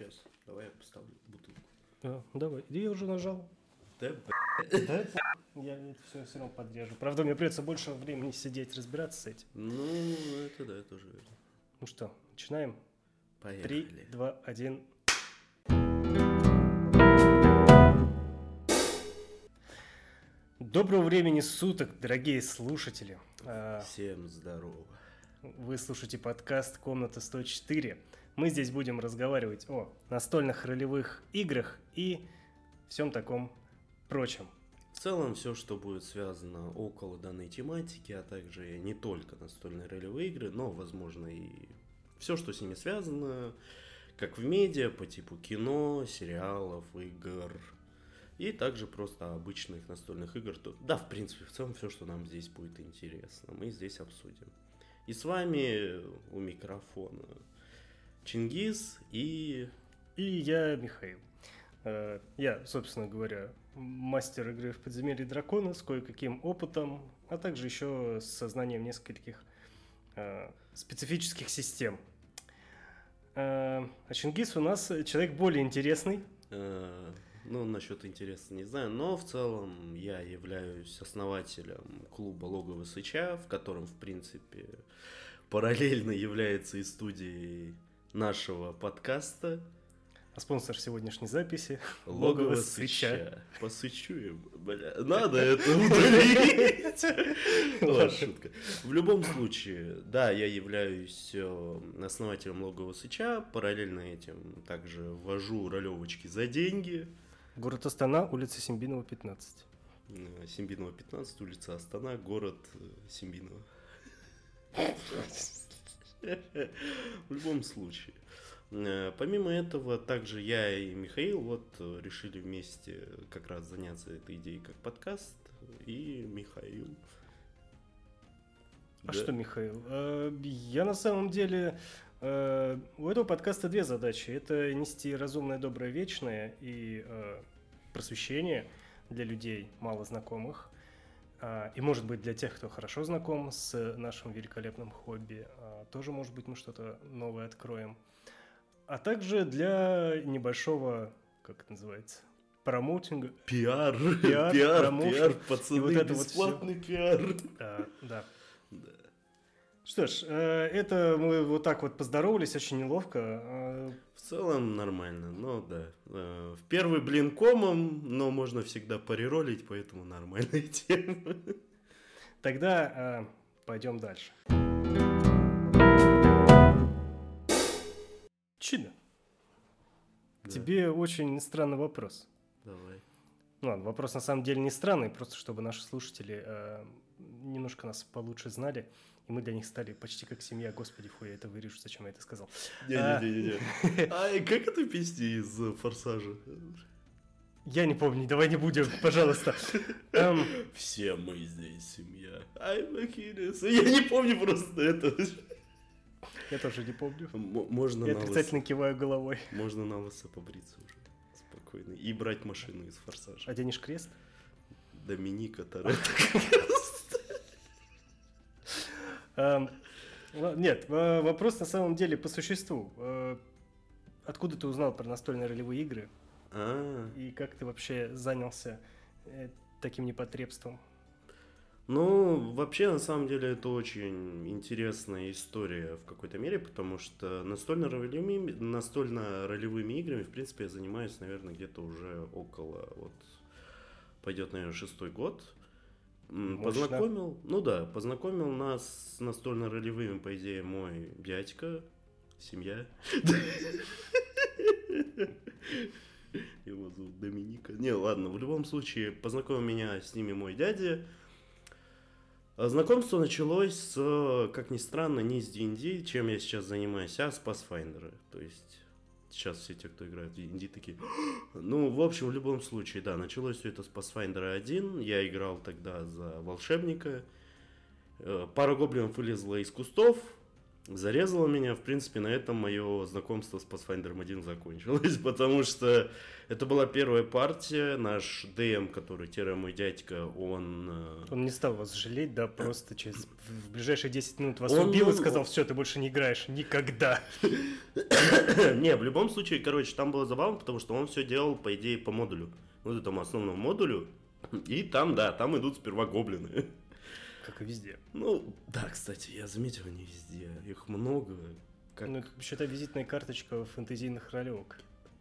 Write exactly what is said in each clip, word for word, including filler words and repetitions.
Сейчас, давай я поставлю бутылку. А, давай. Я уже нажал. Да, Да? Я это все все равно поддержу. Правда, мне придется больше времени сидеть, разбираться с этим. Ну, это да, тоже верно. Ну что, начинаем? Поехали. Три, два, один. Доброго времени суток, дорогие слушатели. А, Всем здорово. Вы слушаете подкаст «Комната сто четыре». Мы здесь будем разговаривать о настольных ролевых играх и всем таком прочем. В целом, все, что будет связано около данной тематики, а также не только настольные ролевые игры, но, возможно, и все, что с ними связано, как в медиа, по типу кино, сериалов, игр, и также просто обычных настольных игр. То, да, в принципе, в целом, все, что нам здесь будет интересно, мы здесь обсудим. И с вами у микрофона Чингис и... И я Михаил. Э, Я, собственно говоря, мастер игры в подземелье дракона с кое-каким опытом, а также еще с сознанием нескольких э, специфических систем. Э, А Чингис у нас человек более интересный. э, ну, насчет интереса не знаю, но в целом я являюсь основателем клуба Логово Сыча, в котором, в принципе, параллельно является и студией нашего подкаста. А спонсор сегодняшней записи — Логово Логово Сыча. Сыча. Посычуем, бля. Надо это удалить. Ладно, шутка. В любом случае, да, я являюсь э, основателем Логово Сыча. Параллельно этим также ввожу ролевочки за деньги. Город Астана, улица Симбинова, пятнадцать. Э, Симбинова пятнадцать, улица Астана, город э, Симбинова. В любом случае. Э, Помимо этого, также я и Михаил вот э, решили вместе как раз заняться этой идеей как подкаст. И Михаил. А Да. что, Михаил? Э, Я на самом деле... э, У этого подкаста две задачи. Это нести разумное, доброе, вечное и э, просвещение для людей, мало знакомых. А, И, может быть, для тех, кто хорошо знаком с нашим великолепным хобби. а, Тоже, может быть, мы что-то новое откроем. А также для небольшого, как это называется, промоутинга. Пиар, Пиар, пиар, промоушен. пиар, И пацаны, вот это вот бесплатный пиар. А, Да. Да. Что ж, э, это мы вот так вот поздоровались, очень неловко. Э, В целом нормально, но да. Э, В первый блин комом, но можно всегда париролить, поэтому нормальная тема. Тогда э, пойдем дальше. Чина, к Да. тебе очень странный вопрос. Давай. Ну ладно, вопрос на самом деле не странный, просто чтобы наши слушатели э, немножко нас получше знали, и мы для них стали почти как семья. Господи, фу, я это вырежу, зачем я это сказал. Не-не-не-не. А как это песня из «Форсажа»? Я не помню, давай не будем, пожалуйста. Эм, Все мы здесь семья. I'm a hero. Я не помню просто это. Я тоже не помню. М- Можно Я на отрицательно лысо. киваю головой. Можно на лысо побриться уже. Спокойно. И брать машину из «Форсажа». Оденешь крест? Доминика Торетто. Эм, ла- Нет, э, вопрос на самом деле по существу. Э, Откуда ты узнал про настольные ролевые игры? А, И как ты вообще занялся э, таким непотребством? ну, вообще, на самом деле, это очень интересная история в какой-то мере, потому что настольно-ролевыми, настольно-ролевыми играми, в принципе, я занимаюсь, наверное, где-то уже около, вот, пойдет, наверное, шестой год. М, Мощно. Познакомил, ну да, познакомил нас с настольно-ролевыми, по идее, мой дядька, семья. Его зовут Доминика. Не, ладно, в любом случае, познакомил меня с ними мой дядя. А Знакомство началось с, как ни странно, не с ди энд ди, чем я сейчас занимаюсь, а с Pathfinder. То есть сейчас все те, кто играет в ди энд ди, такие... Ну, в общем, в любом случае, да, началось все это с Pathfinder один. Я играл тогда за волшебника. Э, Пара гоблинов вылезла из кустов. зарезало меня. В принципе, на этом мое знакомство с Pathfinder один закончилось, потому что это была первая партия. Наш ДМ, который Тера, мой дядька, он... Он не стал вас жалеть, да, просто через в ближайшие десять минут вас Он- убил и сказал, все, ты больше не играешь никогда. Не, в любом случае, короче, там было забавно, потому что он все делал, по идее, по модулю. Вот этому основному модулю. И там, да, там идут сперва гоблины. Как и везде. Ну, да, кстати, я заметил, они везде. Их много. Как... Ну, это, считай, визитная карточка фэнтезийных ролевок.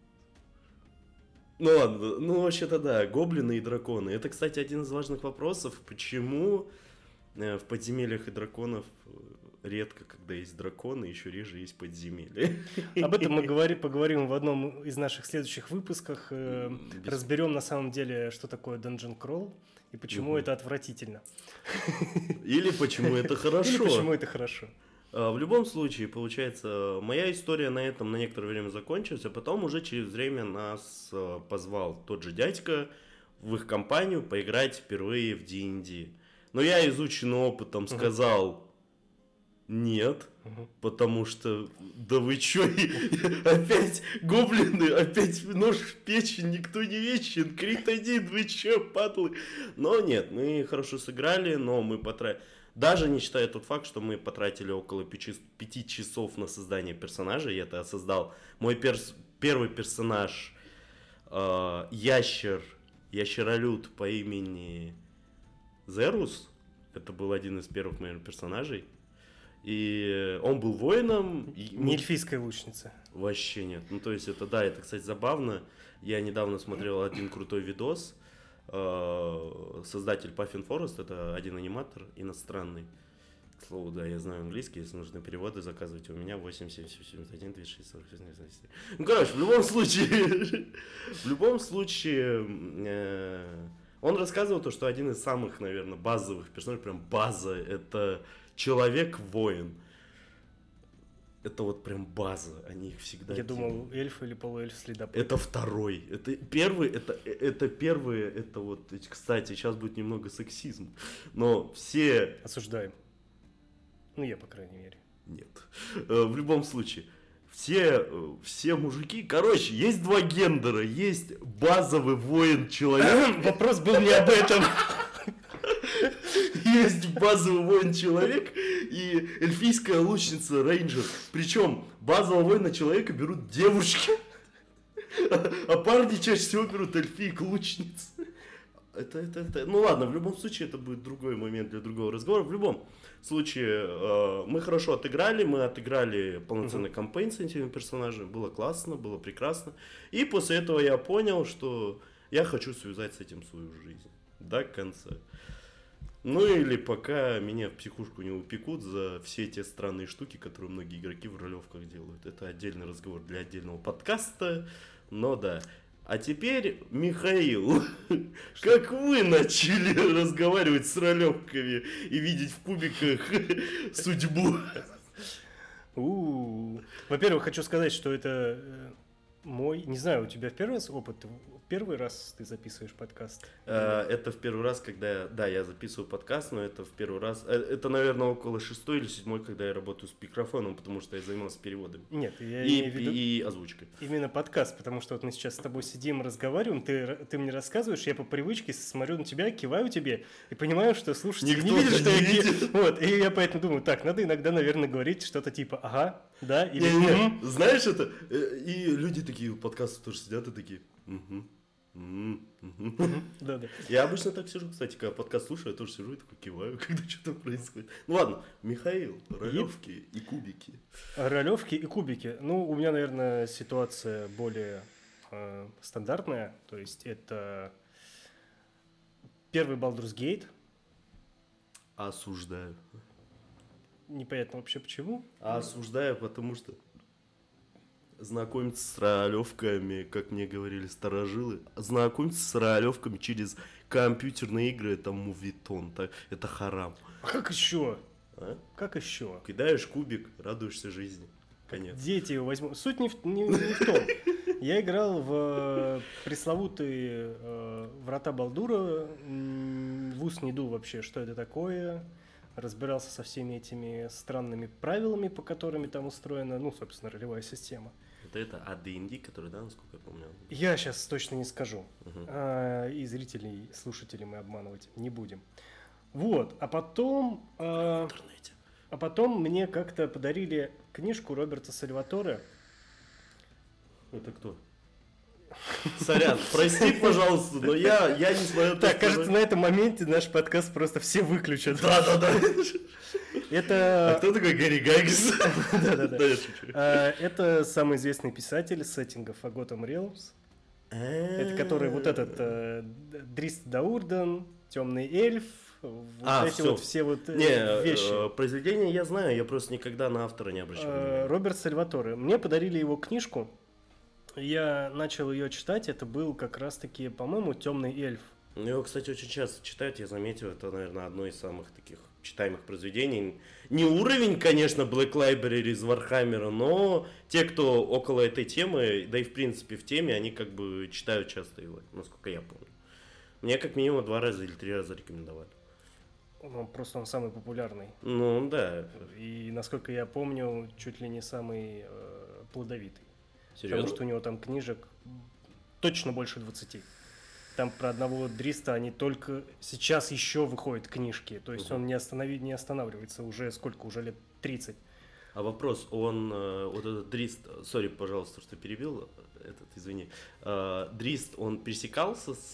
Ну ладно, ну вообще-то да, гоблины и драконы. Это, кстати, один из важных вопросов, почему э, в подземельях и драконов э, редко, когда есть драконы, еще реже есть подземелья. Об этом мы говори, поговорим в одном из наших следующих выпусках. Э, Без- разберем на самом деле, что такое Dungeon Crawl и почему Мгм. это отвратительно. Или почему это Или хорошо. почему это хорошо. А, В любом случае, получается, моя история на этом на некоторое время закончилась, а потом уже через время нас э, позвал тот же дядька в их компанию поиграть впервые в ди энд ди. Но я, изученный опытом, сказал нет, Мгм. потому что, да вы чё, опять гоблины, опять нож в печень, никто не вечен, крит один, вы чё, падлы. Но нет, мы хорошо сыграли, но мы потратили... Даже не считая тот факт, что мы потратили около пяти, пяти часов на создание персонажа, я это создал. Мой перс, первый персонаж, э, ящер, ящеролюд по имени Зерус, это был один из первых моих персонажей. И он был воином. И Не эльфийская лучница. Вообще нет. Ну, то есть, это, да, это, кстати, забавно. Я недавно смотрел один крутой видос. Э, Создатель Puffin Forest, это один аниматор иностранный. К слову, да, я знаю английский, если нужны переводы, заказывайте у меня восемь семь семь один двести шесть сорок шесть девяносто семь. Ну, короче, в любом случае, в любом случае, э, он рассказывал то, что один из самых, наверное, базовых персонажей, прям база, это человек-воин. Это вот прям база, они их всегда Я делают. думал, эльф или полуэльф следопыт. Это второй. Это первый, это, это первые, это вот, кстати, сейчас будет немного сексизм, но все... Осуждаем. Ну, я, по крайней мере. Нет. Э, В любом случае, все, э, все мужики, короче, есть два гендера, есть базовый воин-человек, Вопрос был не об этом. есть базовый воин-человек и эльфийская лучница рейнджер. Причем базового воина-человека берут девушки, а парни чаще всего берут эльфиек-лучниц. Это, это, это, ну ладно, в любом случае это будет другой момент для другого разговора. В любом случае, э, мы хорошо отыграли, мы отыграли полноценный кампейн с этими персонажами, было классно, было прекрасно. И после этого я понял, что я хочу связать с этим свою жизнь до конца. Ну или пока меня в психушку не упекут за все те странные штуки, которые многие игроки в ролевках делают. Это отдельный разговор для отдельного подкаста, но да. А теперь, Михаил, как вы начали разговаривать с ролевками и видеть в кубиках судьбу? У-у-у. Во-первых, хочу сказать, что это э, мой, не знаю, у тебя в первый раз опыт, первый раз ты записываешь подкаст? Э, Это в первый раз, когда, да, я записываю подкаст, но это в первый раз, э, это, наверное, около шестой или седьмой, когда я работаю с микрофоном, потому что я занимался переводами. Нет, я И, имею в виду и озвучкой. именно подкаст, потому что вот мы сейчас с тобой сидим, разговариваем, ты, ты мне рассказываешь, я по привычке смотрю на тебя, киваю тебе и понимаю, что слушатели не Никто видят, что не я ки- видит. Вот, и я поэтому думаю, так, надо иногда, наверное, говорить что-то типа «ага», «да» или Не-не, «мгм». знаешь это? Э, И люди такие, подкасты тоже сидят и такие, «Мгм, мгм, мгм». Да-да. Я обычно так сижу, кстати, когда подкаст слушаю, я тоже сижу и такой киваю, когда что-то происходит. Ну ладно, Михаил, ролевки и кубики. Ролевки и кубики. Ну, у меня, наверное, ситуация более э, стандартная. То есть это первый Baldur's Gate. Осуждаю. Непонятно вообще почему. Осуждаю, потому что знакомиться с ролевками, как мне говорили старожилы, знакомиться с ролевками через компьютерные игры — это мувитон, так, это харам. А как еще? А? Как еще? Кидаешь кубик, радуешься жизни. Конец. Дети его возьмут. Суть не в, не- не в том. Я играл в пресловутые э, врата Балдура. м, В ус не дул вообще, что это такое. разбирался со всеми этими странными правилами, по которым там устроена, ну, собственно, ролевая система. Это это эй ди энд ди, который, да, насколько я помню? Я сейчас точно не скажу. Угу. А, и зрителей, слушателей мы обманывать не будем. Вот, а потом... А, в интернете. А потом мне как-то подарили книжку Роберта Сальваторе. Это кто? Сорян, прости, пожалуйста, но я, я не смотрю... Так, кажется, на этом моменте наш подкаст просто все выключат. Да-да-да. Это... А кто такой Гэри Гайгс? Да-да-да. Это самый известный писатель сеттингов Forgotten Realms. Это который вот этот Дрист Даурден, Темный эльф, вот а, эти все. вот все вот не, вещи. Э, произведение я знаю, я просто никогда на автора не обращал внимания. Роберт Сальваторе. Мне подарили его книжку. Я начал ее читать. Это был как раз-таки, по-моему, «Темный эльф». Его, кстати, очень часто читают. Я заметил, это, наверное, одно из самых таких читаемых произведений. Не уровень, конечно, Black Library из Вархаммера, но те, кто около этой темы, да и в принципе в теме, они как бы читают часто его, насколько я помню. Мне как минимум два раза или три раза рекомендовали. Ну, просто он самый популярный. Ну, да. И, насколько я помню, чуть ли не самый э, плодовитый. Серьезно? Потому что у него там книжек точно больше двадцати. Там про одного Дриста они только сейчас еще выходят книжки. То есть угу. он не, останови, не останавливается уже сколько? Уже лет тридцать. А вопрос, он, вот этот Дрист, сори, пожалуйста, что перебил, этот, извини. Дрист, он пересекался с,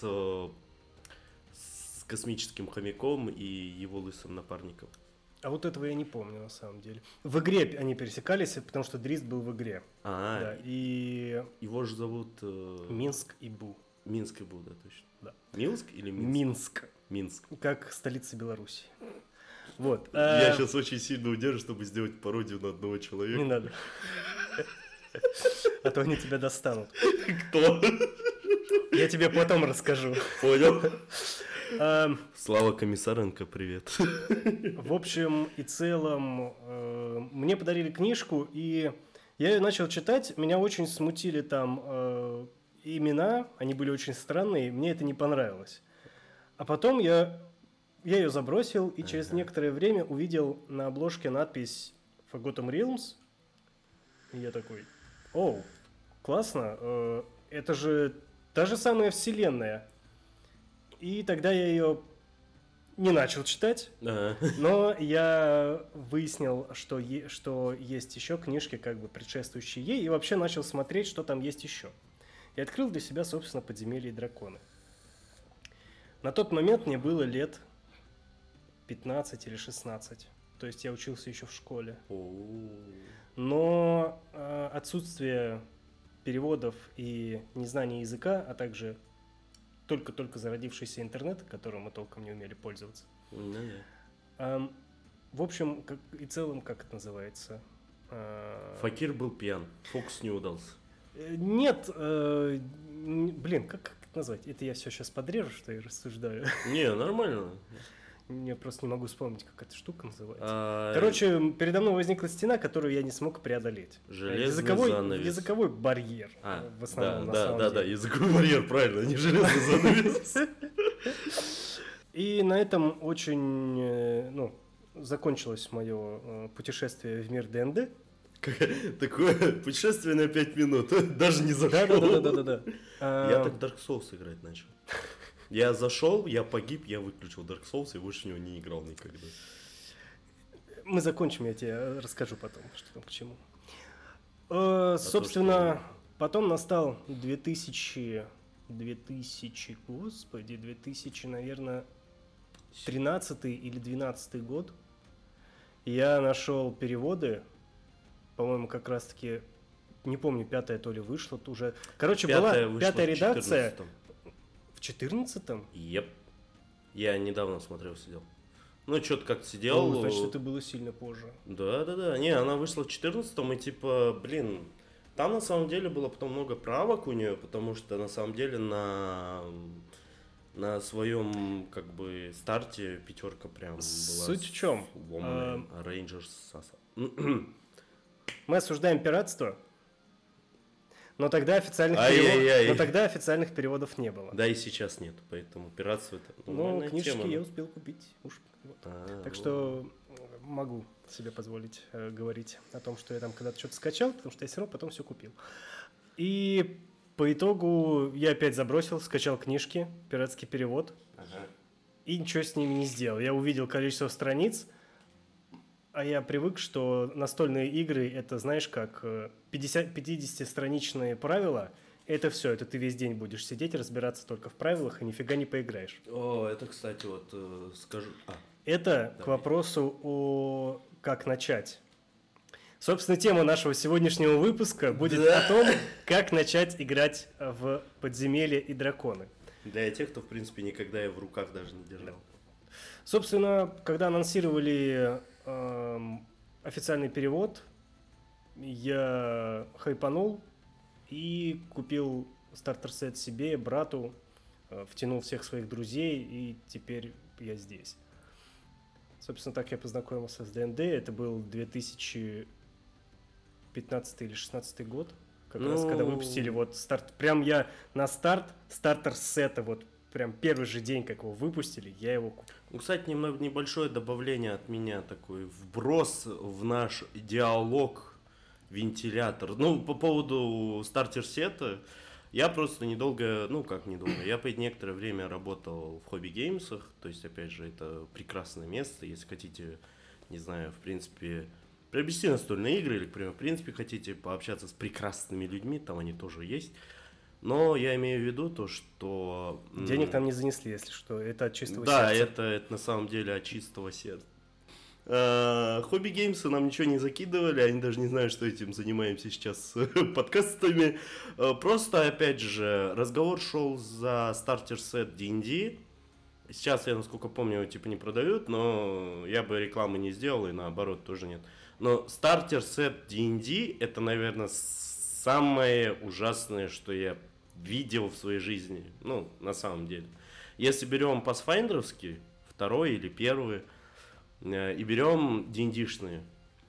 с космическим хомяком и его лысым напарником? А вот этого я не помню, на самом деле. В игре они пересекались, потому что Дрист был в игре. А, да, и... Его же зовут... Э... Минск и Бу. Минск и Бу, да, точно. Да. Минск или Минск? Минск. Минск. Как столица Беларуси. Вот. Я а... сейчас очень сильно удержу, чтобы сделать пародию на одного человека. Не надо. А то они тебя достанут. Кто? Я тебе потом расскажу. Понял. А, Слава Комиссаренко, привет. В общем и целом, э, мне подарили книжку, и я ее начал читать. Меня очень смутили там э, имена, они были очень странные, мне это не понравилось. А потом я, я ее забросил, и через ага. некоторое время увидел на обложке надпись Forgotten Realms. И я такой, оу, классно, э, это же та же самая вселенная. И тогда я ее не начал читать, ага. но я выяснил, что, е- что есть еще книжки, как бы предшествующие ей, и вообще начал смотреть, что там есть еще. И открыл для себя, собственно, «Подземелье и драконы». На тот момент мне было лет пятнадцать или шестнадцать, то есть я учился еще в школе. Но э, отсутствие переводов и незнание языка, а также только-только зародившийся интернет, которым мы толком не умели пользоваться. Mm-hmm. А, в общем, как, и целом, как это называется? А... Факир был пьян, фокус не удался. Нет, э, блин, как, как это назвать? Это я все сейчас подрежу, что я рассуждаю. Не, нормально. Я просто не могу вспомнить, как эта штука называется. А... Короче, передо мной возникла стена, которую я не смог преодолеть. Железный языковой, занавес. Языковой барьер. А, в основном, да, на да, самом да, деле. да, языковой барьер, правильно, не железный занавес. И на этом очень, ну, закончилось мое путешествие в мир ДНД. Такое путешествие на пять минут, даже не зашел. Да, да, да, да, да. Я так Dark Souls играть начал. Я зашел, я погиб, я выключил Dark Souls и больше в него не играл никогда. Мы закончим, я тебе расскажу потом, что там к чему. Э, собственно, то, что... потом настал две тысячи, две тысячи, господи, две тысячи, наверное, тринадцатый или двенадцатый год. Я нашел переводы, по-моему, как раз-таки, не помню, пятая то ли вышла уже. Короче, пятая была пятая редакция. В четырнадцатом? Еп. Я недавно смотрел, сидел. Ну, что-то как-то сидел. О, значит, это было сильно позже. Да-да-да. Не, она вышла в четырнадцатом, и типа, блин, там на самом деле было потом много правок у нее, потому что на самом деле на, на своем как бы старте пятерка прям была. Суть в чем? А... Rangers Sasa. Мы осуждаем пиратство. Но тогда официальных переводов, но тогда официальных переводов не было. Да, и сейчас нет, поэтому пиратство это нормальная Ну, книжки тема, я успел купить. Уж, вот. Так вот. Что могу себе позволить э, говорить о том, что я там когда-то что-то скачал, потому что я все равно потом все купил. И по итогу я опять забросил, скачал книжки, пиратский перевод, ага. И ничего с ними не сделал. Я увидел количество страниц, а я привык, что настольные игры, это, знаешь, как пятидесятистраничные правила, это все, это ты весь день будешь сидеть, разбираться только в правилах, и нифига не поиграешь. О, это, кстати, вот э, скажу... А, это давай. К вопросу о как начать. Собственно, тема нашего сегодняшнего выпуска будет да. о том, как начать играть в «Подземелья и драконы». Для тех, кто, в принципе, никогда ее в руках даже не держал. Собственно, когда анонсировали э, официальный перевод, я хайпанул и купил стартер-сет себе, брату, э, втянул всех своих друзей, и теперь я здесь. Собственно, так я познакомился с ДНД. Это был две тысячи пятнадцатый или шестнадцатый год, как ну... раз когда выпустили вот старт. Прям я на старт стартер-сета вот прям первый же день, как его выпустили, я его купил. Ну, кстати, немного небольшое добавление от меня, такой вброс в наш диалог, вентилятор. Ну, по поводу стартер-сета, я просто недолго, ну как недолго, я по некоторое время работал в хобби-геймсах, то есть, опять же, это прекрасное место, если хотите, не знаю, в принципе, приобрести настольные игры или, к примеру, в принципе, хотите пообщаться с прекрасными людьми, там они тоже есть. Но я имею в виду то, что... Денег там не занесли, если что, это от чистого да, сердца. Да, это, это на самом деле от чистого сердца. А, хобби-геймсы нам ничего не закидывали, они даже не знают, что этим занимаемся сейчас подкастами. А, просто, опять же, разговор шел за стартер-сет ди энд ди. Сейчас, я, насколько помню, его типа не продают, но я бы рекламы не сделал, и наоборот тоже нет. Но стартер-сет ди энд ди это, наверное, самое ужасное, что я видел в своей жизни, ну, на самом деле. Если берем пасфайндеровский, второй или первый, э, и берем ди энд ди-шные,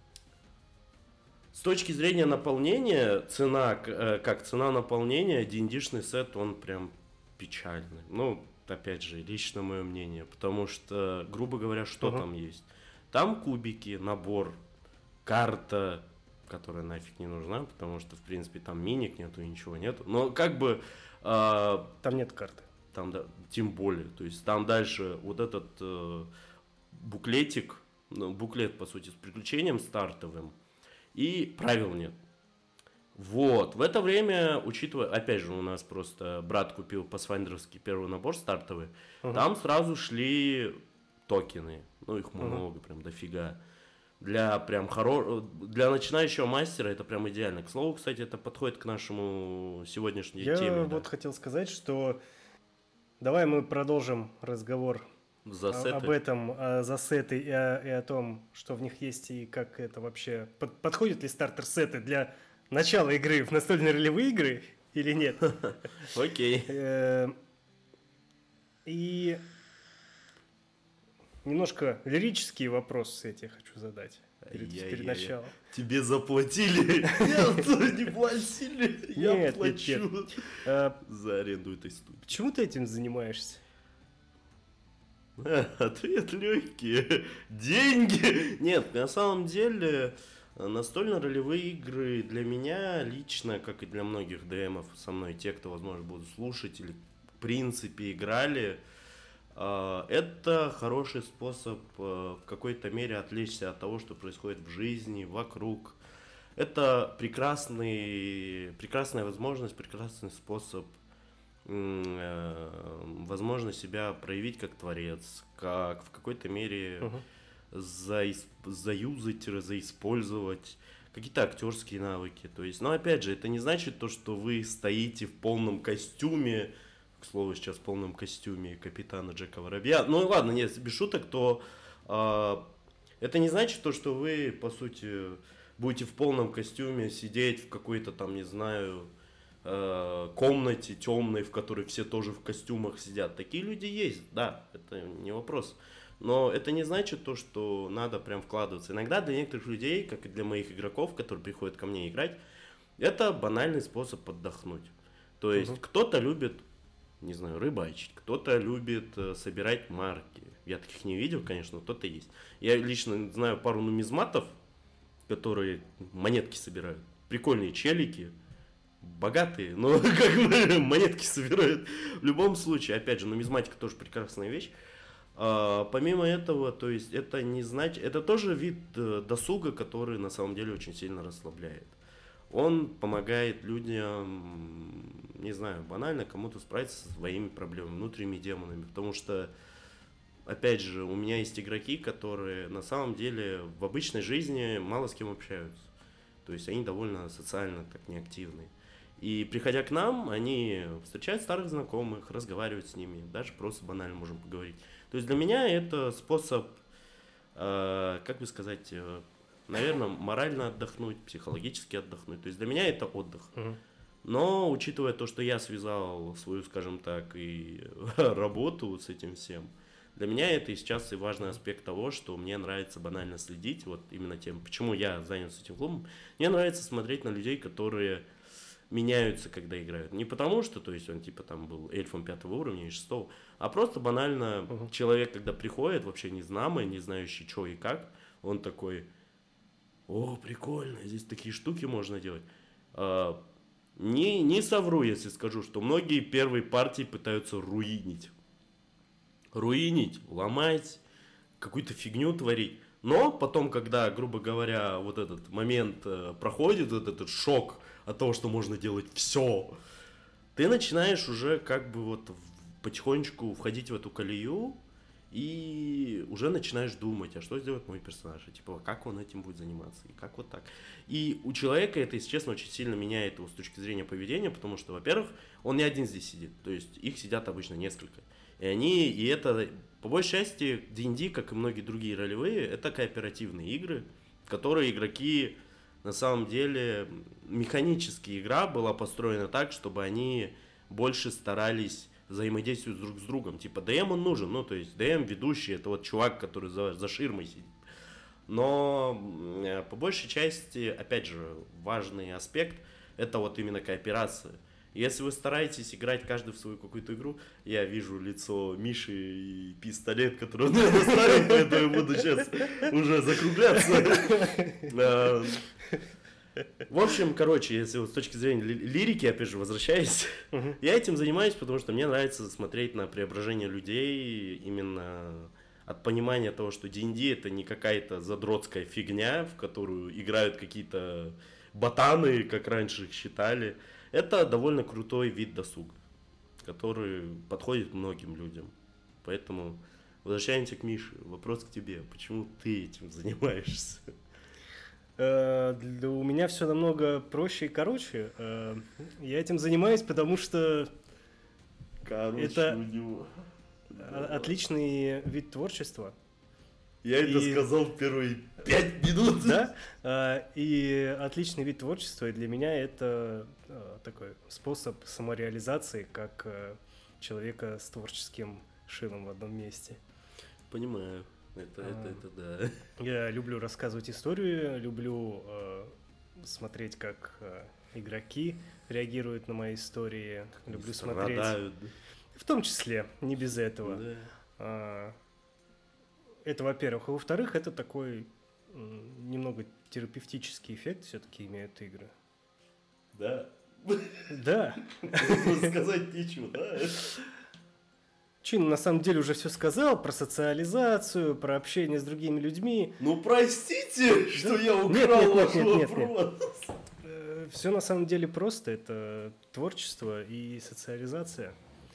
с точки зрения наполнения, цена, э, как цена наполнения, ди энд ди-шный сет, он прям печальный. Ну, опять же, лично мое мнение, потому что, грубо говоря, что uh-huh. там есть? Там кубики, набор, карта, которая нафиг не нужна, потому что, в принципе, там миник нету, ничего нету. Но как бы... Э, там нет карты. Там, да, тем более. То есть там дальше вот этот э, буклетик, ну, буклет, по сути, с приключением стартовым, и правил нет. Вот. В это время, учитывая... Опять же, у нас просто брат купил пасфайндеровский первый набор стартовый. Uh-huh. Там сразу шли токены. Ну, их много, uh-huh. прям дофига. Для прям хоро... для начинающего мастера это прям идеально. К слову, кстати, это подходит к нашему сегодняшней Я теме. Я вот да. хотел сказать, что давай мы продолжим разговор за о, об этом, о, за сеты и о, и о том, что в них есть и как это вообще... Под, подходят ли стартер-сеты для начала игры в настольные ролевые игры или нет? Окей. И... Немножко лирический вопрос я тебе хочу задать перед, перед началом. Тебе заплатили? Нет, не платили. Я плачу за аренду этой студии. Почему ты этим занимаешься? Ответ легкий. Деньги. Нет, на самом деле настольно-ролевые игры для меня лично, как и для многих ДМов со мной, те, кто, возможно, будут слушать или в принципе играли, это хороший способ в какой-то мере отвлечься от того, что происходит в жизни, вокруг. Это прекрасный, прекрасная возможность, прекрасный способ, возможно, себя проявить как творец, как в какой-то мере uh-huh. заис- заюзать, заиспользовать какие-то актерские навыки. То есть, но опять же, это не значит то, что вы стоите в полном костюме, к слову, сейчас в полном костюме капитана Джека Воробья. Ну ладно, нет, без шуток, то э, это не значит то, что вы, по сути, будете в полном костюме сидеть в какой-то там, не знаю, э, комнате темной, в которой все тоже в костюмах сидят. Такие люди есть, да, это не вопрос. Но это не значит то, что надо прям вкладываться. Иногда для некоторых людей, как и для моих игроков, которые приходят ко мне играть, Это банальный способ отдохнуть. То есть Мгм. кто-то любит, не знаю, рыбачить, кто-то любит э, собирать марки. Я таких не видел, конечно, но кто-то есть. Я лично знаю пару нумизматов, которые монетки собирают. Прикольные челики, богатые, но как бы монетки собирают. В любом случае, опять же, нумизматика тоже прекрасная вещь. А, помимо этого, то есть это не значит, это тоже вид э, досуга, который на самом деле очень сильно расслабляет. Он помогает людям, не знаю, банально кому-то справиться со своими проблемами, внутренними демонами, потому что, опять же, у меня есть игроки, которые на самом деле в обычной жизни мало с кем общаются. То есть они довольно социально так неактивны. И приходя к нам, они встречают старых знакомых, разговаривают с ними, даже просто банально можем поговорить. То есть для меня это способ, э, как бы сказать, э, наверное, морально отдохнуть, психологически отдохнуть. То есть для меня это отдых. Мгм. Но учитывая то, что я связал свою, скажем так, и работу с этим всем, для меня это и сейчас и важный аспект того, что мне нравится банально следить вот именно тем, почему я занялся этим клубом. Мне нравится смотреть на людей, которые меняются, когда играют. Не потому что, то есть он типа там был эльфом пятого уровня и шестого, а просто банально Мгм. человек, когда приходит, вообще незнакомый, не знающий, что и как, он такой: о, прикольно, здесь такие штуки можно делать. А, не, не совру, если скажу, что многие первые партии пытаются руинить. Руинить, ломать, какую-то фигню творить. Но потом, когда, грубо говоря, вот этот момент э, проходит, вот этот шок от того, что можно делать все, ты начинаешь уже как бы вот в- потихонечку входить в эту колею и уже начинаешь думать, а что сделает мой персонаж, и типа, как он этим будет заниматься, и как вот так. И у человека это, если честно, очень сильно меняет его с точки зрения поведения, потому что, во-первых, он не один здесь сидит, то есть их сидят обычно несколько. И они, и это, по большей части, ди энд ди, как и многие другие ролевые, это кооперативные игры, в которые игроки, на самом деле, механически игра была построена так, чтобы они больше старались взаимодействовать друг с другом. Типа ди эм он нужен, ну то есть ди эм ведущий, это вот чувак, который за, за ширмой сидит. Но м, по большей части, опять же, важный аспект это вот именно кооперация. Если вы стараетесь играть каждый в свою какую-то игру, я вижу лицо Миши и пистолет, который он ставит, поэтому я буду сейчас уже закругляться. А, В общем, короче, если вот с точки зрения ли- лирики, опять же, возвращаясь, Мгм. я этим занимаюсь, потому что мне нравится смотреть на преображение людей именно от понимания того, что ди энд ди это не какая-то задротская фигня, в которую играют какие-то ботаны, как раньше их считали. Это довольно крутой вид досуга, который подходит многим людям. Поэтому, возвращаемся к Мише, вопрос к тебе. Почему ты этим занимаешься? Э, для- У меня все намного проще и короче. Э, Я этим занимаюсь, потому что Короче, Это- у него... о- отличный вид творчества. Я это И- сказал в первые пять минут. Да, э, и отличный вид творчества, и для меня это э, такой способ самореализации, как э, человека с творческим шилом в одном месте. Понимаю. Это, это, А. это да. Я люблю рассказывать историю, люблю э, смотреть, как э, игроки реагируют на мои истории, люблю смотреть, Страдают. в том числе, не без этого. Да. А, Это, во-первых. А во-вторых, это такой м, немного терапевтический эффект все-таки имеют игры. Да. Да. Сказать нечего, да? Чин на самом деле уже все сказал про социализацию, про общение с другими людьми. Ну простите, что я Нет, украл нет, ваш нет, нет, нет, нет. вопрос. Все на самом деле просто. Это творчество и социализация.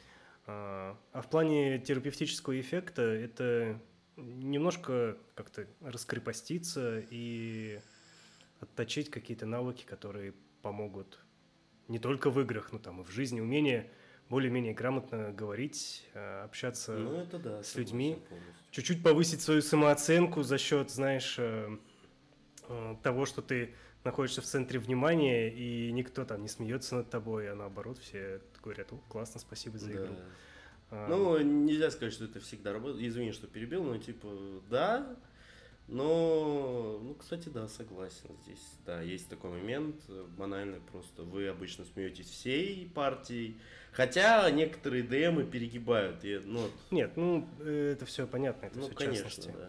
А а в плане терапевтического эффекта это немножко как-то раскрепоститься и отточить какие-то навыки, которые помогут не только в играх, но там и в жизни, умение более-менее грамотно говорить, э, общаться, Ну это да. с согласен людьми. полностью. чуть-чуть повысить свою самооценку за счет, знаешь, э, э, того, что ты находишься в центре внимания, и никто там не смеется над тобой, а наоборот все говорят: «О, классно, спасибо за игру». Да. А, Ну, нельзя сказать, что это всегда работает. Извини, что перебил, но типа, да, Но, ну, кстати, да, согласен здесь. Да, есть такой момент банальный, просто вы обычно смеетесь всей партией, хотя некоторые ДМы перегибают. И, ну, Нет, ну, это все понятно, это ну все конечно, частности. да.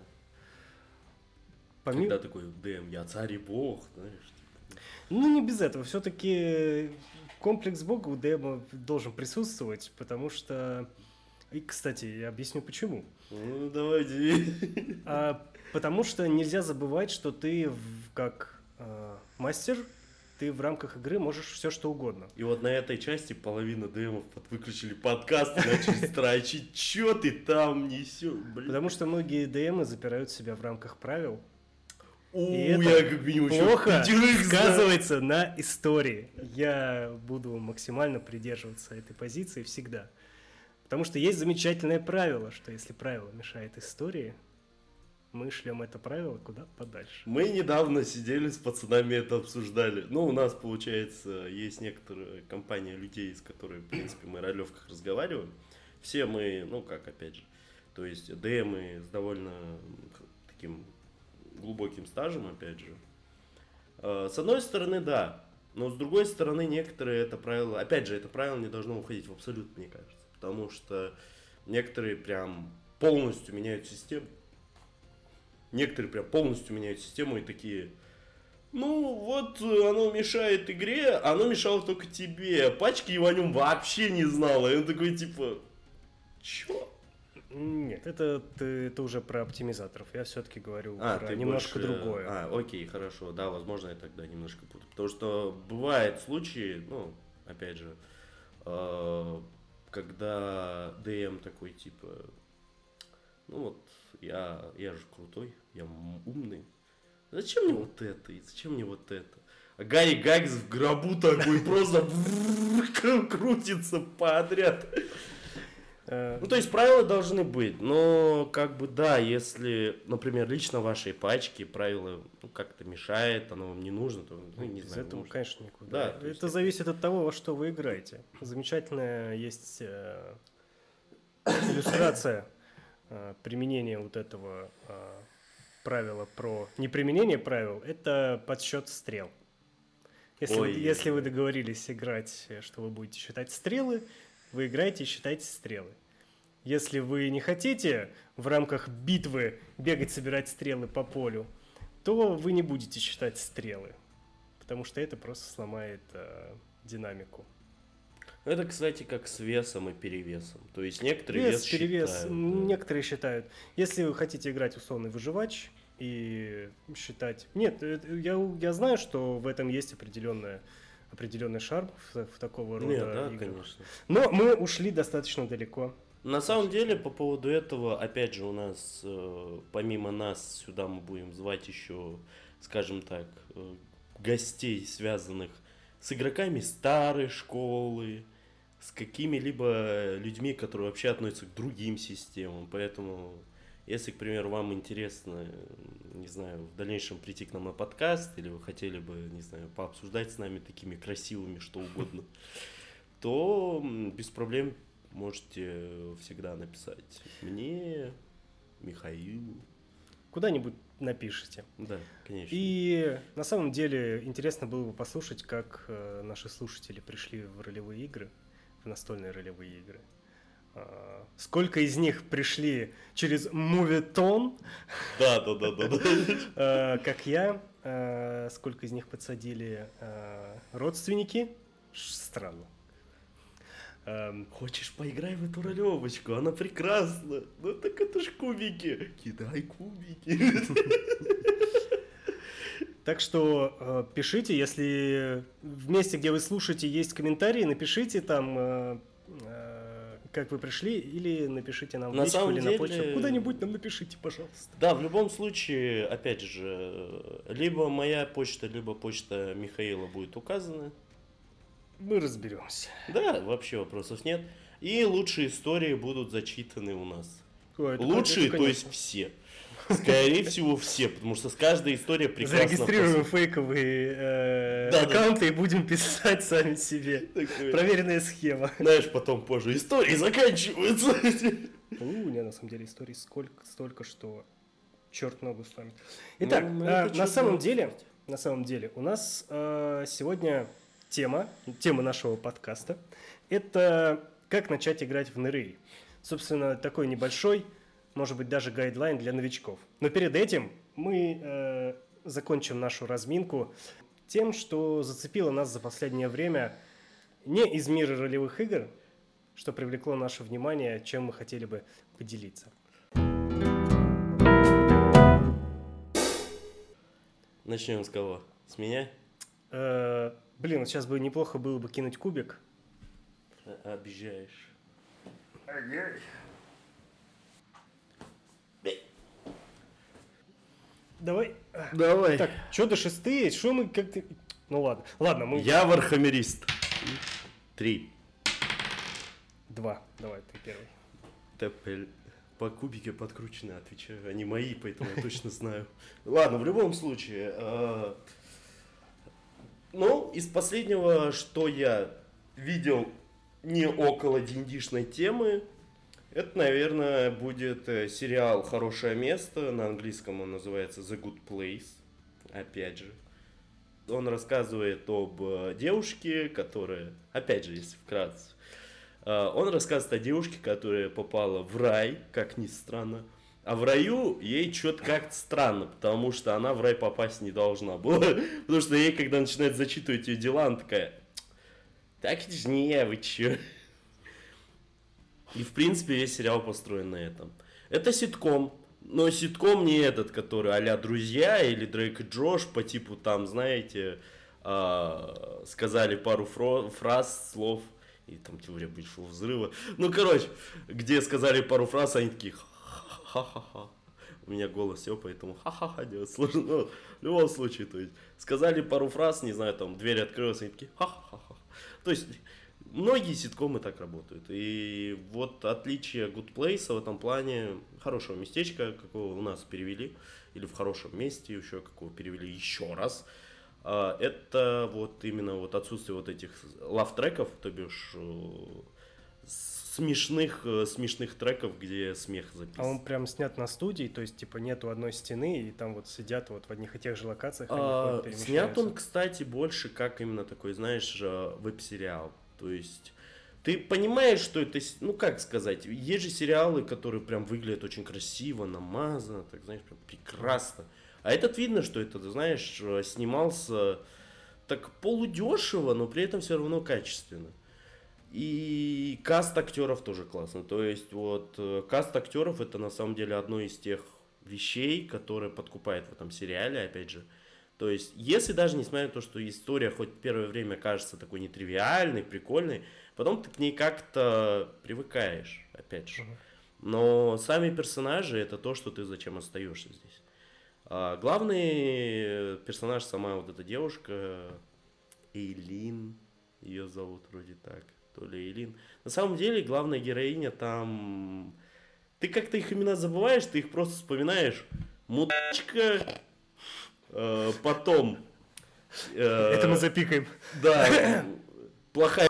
Помимо... Когда такой ДМ, я царь и бог, знаешь. Типа. Ну, не без этого. Все-таки комплекс бога у ДМа должен присутствовать, потому что... И, кстати, я объясню почему. Ну, давайте. А, потому что нельзя забывать, что ты в- как э, мастер, ты в рамках игры можешь все что угодно. И вот на этой части половина ДМов выключили подкаст и начали строчить, чё ты там несёшь, блин. Потому что многие ДМы запирают себя в рамках правил. У, И это я как минимум ещё плохо пятерых знаю. сказывается на истории. Я буду максимально придерживаться этой позиции всегда. Потому что есть замечательное правило, что если правило мешает истории, мы шлем это правило куда подальше. Мы недавно сидели с пацанами, это обсуждали. Ну, у нас, получается, есть некоторая компания людей, с которой, в принципе, мы о ролевках разговариваем. Все мы, ну, как, опять же, то есть ДМы с довольно таким глубоким стажем, опять же. С одной стороны, да, но с другой стороны, некоторые это правило, опять же, это правило не должно уходить в абсолют, мне кажется. Потому что некоторые прям полностью меняют систему. Некоторые прям полностью меняют систему и такие, ну вот оно мешает игре, оно мешало только тебе. Пачки его о нем вообще не знала. И он такой типа, чё? Нет, это, ты, это уже про оптимизаторов. Я все-таки говорю А, про ты немножко больше... другое. А, окей, хорошо. Да, возможно, я тогда немножко путаю. Потому что бывают случаи, ну, опять же, э- когда ДМ такой, типа, ну вот, я, я же крутой, я умный. Зачем мне вот это? И зачем мне вот это? А Гарри Гаггис в гробу такой просто крутится подряд. Ну, то есть правила должны быть, но как бы да, если, например, лично вашей пачке правила ну, как-то мешает, оно вам не нужно, то ну, не Без знаю. этого, может... конечно, никуда. Да, это есть... зависит от того, во что вы играете. Замечательная есть э, иллюстрация э, применения вот этого э, правила про неприменение правил. Это подсчет стрел. Если, Ой, вы, я если вы знаю. договорились играть, что вы будете считать стрелы, вы играете и считаете стрелы. Если вы не хотите в рамках битвы бегать, собирать стрелы по полю, то вы не будете считать стрелы, потому что это просто сломает э, динамику. Это, кстати, как с весом и перевесом. То есть некоторые Вес, вес перевес, считают, да. некоторые считают. Если вы хотите играть условный выживач и считать... Нет, это- я, я знаю, что в этом есть определенная, определенный шарм в, в такого рода Нет, да, играх. конечно. Но мы ушли достаточно далеко. На самом деле, по поводу этого, опять же, у нас, э, помимо нас, сюда мы будем звать еще, скажем так, э, гостей, связанных с игроками старой школы, с какими-либо людьми, которые вообще относятся к другим системам. Поэтому, если, к примеру, вам интересно, не знаю, в дальнейшем прийти к нам на подкаст, или вы хотели бы, не знаю, пообсуждать с нами такими красивыми, что угодно, то м, без проблем можете всегда написать мне, Михаилу. Куда-нибудь напишите. Да, конечно. И на самом деле интересно было бы послушать, как э, наши слушатели пришли в ролевые игры, в настольные ролевые игры. А, сколько из них пришли через Movietone, Да, да, да, да, да. э, как я, э, сколько из них подсадили э, родственники. Ш- Странно. Эм, Хочешь, поиграй в эту ролевочку, она прекрасна. Ну так это ж кубики. Кидай кубики. Так что э, пишите, если в месте, где вы слушаете, есть комментарии, напишите там, э, э, как вы пришли, или напишите нам в На личку самом или на деле- почту. Куда-нибудь нам напишите, пожалуйста. Да, в любом случае, опять же, либо моя почта, либо почта Михаила будет указана. Мы разберемся. Да, вообще вопросов нет. И лучшие истории будут зачитаны у нас. Ой, это Лучшие, конечно. то есть все. Скорее всего, все, потому что с каждой историей прекрасно... Зарегистрируем пос- фейковые э, Да, да. аккаунты и будем писать сами себе. Такое. Проверенная схема. Знаешь, потом позже истории заканчиваются. У меня на самом деле историй сколько, столько, что черт ногу сломит. Итак, Ну, а, это на чё самом было? деле, на самом деле, у нас э, сегодня тема, тема нашего подкаста, это как начать играть в эн эр и. Собственно, такой небольшой, может быть, даже гайдлайн для новичков. Но перед этим мы э, закончим нашу разминку тем, что зацепило нас за последнее время не из мира ролевых игр, что привлекло наше внимание, чем мы хотели бы поделиться. Начнем с кого? С меня? Э, блин, вот сейчас бы неплохо было бы кинуть кубик. А- Обижаешь. Давай. Давай. Так, что до шестые? Что мы как-то... Ну ладно. Ладно, мы... Я вархаммерист. Три. Два. Давай, ты первый. Тепель. По кубике подкручены, отвечаю. Они мои, поэтому я точно знаю. Ладно, в любом случае. э, Ну, из последнего, что я видел не около диндишной темы, это, наверное, будет э, сериал «Хорошее место». На английском он называется «The Good Place». Опять же. Он рассказывает об э, девушке, которая, опять же, если вкратце, э, он рассказывает о девушке, которая попала в рай, как ни странно. А в раю ей что-то как-то странно, потому что она в рай попасть не должна была. Потому что ей, когда начинает зачитывать ее дела, она такая: так это же не я, вы че? И, в принципе, весь сериал построен на этом. Это ситком. Но ситком не этот, который а-ля «Друзья» или «Дрейк и Джош», по типу там, знаете, а, сказали пару фро- фраз, слов, и там теория большого взрыва. Ну, короче, где сказали пару фраз, они такие ха-ха-ха. У меня голос все, поэтому ха-ха-ха делать сложно. Но в любом случае, то есть, сказали пару фраз, не знаю, там, дверь открылась, они такие ха-ха-ха. То есть, многие ситкомы так работают. И вот отличие Good Place в этом плане, хорошего местечка, какого у нас перевели, или в хорошем месте еще, какого перевели еще раз, а, это вот именно вот отсутствие вот этих лав-треков, то бишь э, смешных, э, смешных треков, где смех записан. А он прям снят на студии, то есть, типа, нету одной стены, и там вот сидят вот в одних и тех же локациях, они А, ходят, снят он, перемещаются. кстати, больше как именно такой, знаешь, э, веб-сериал. То есть ты понимаешь, что это, с- ну как сказать, есть же сериалы, которые прям выглядят очень красиво, намазано, так знаешь, прям прекрасно. А этот видно, что это, ты знаешь, э, снимался так полудешево, но при этом все равно качественно. И каст актеров тоже классно. То есть вот э, каст актеров это на самом деле одно из тех вещей, которые подкупает в этом сериале, опять же. То есть, если даже несмотря на то, что история хоть первое время кажется такой нетривиальной, прикольной, потом ты к ней как-то привыкаешь, опять же. Мгм. Но сами персонажи это то, что ты зачем остаешься здесь. А главный персонаж сама вот эта девушка, Эйлин, ее зовут вроде так, то ли Эйлин. На самом деле главная героиня там... Ты как-то их имена забываешь, ты их просто вспоминаешь. Мудачка, э, потом... э, Это мы запикаем. Да, плохая...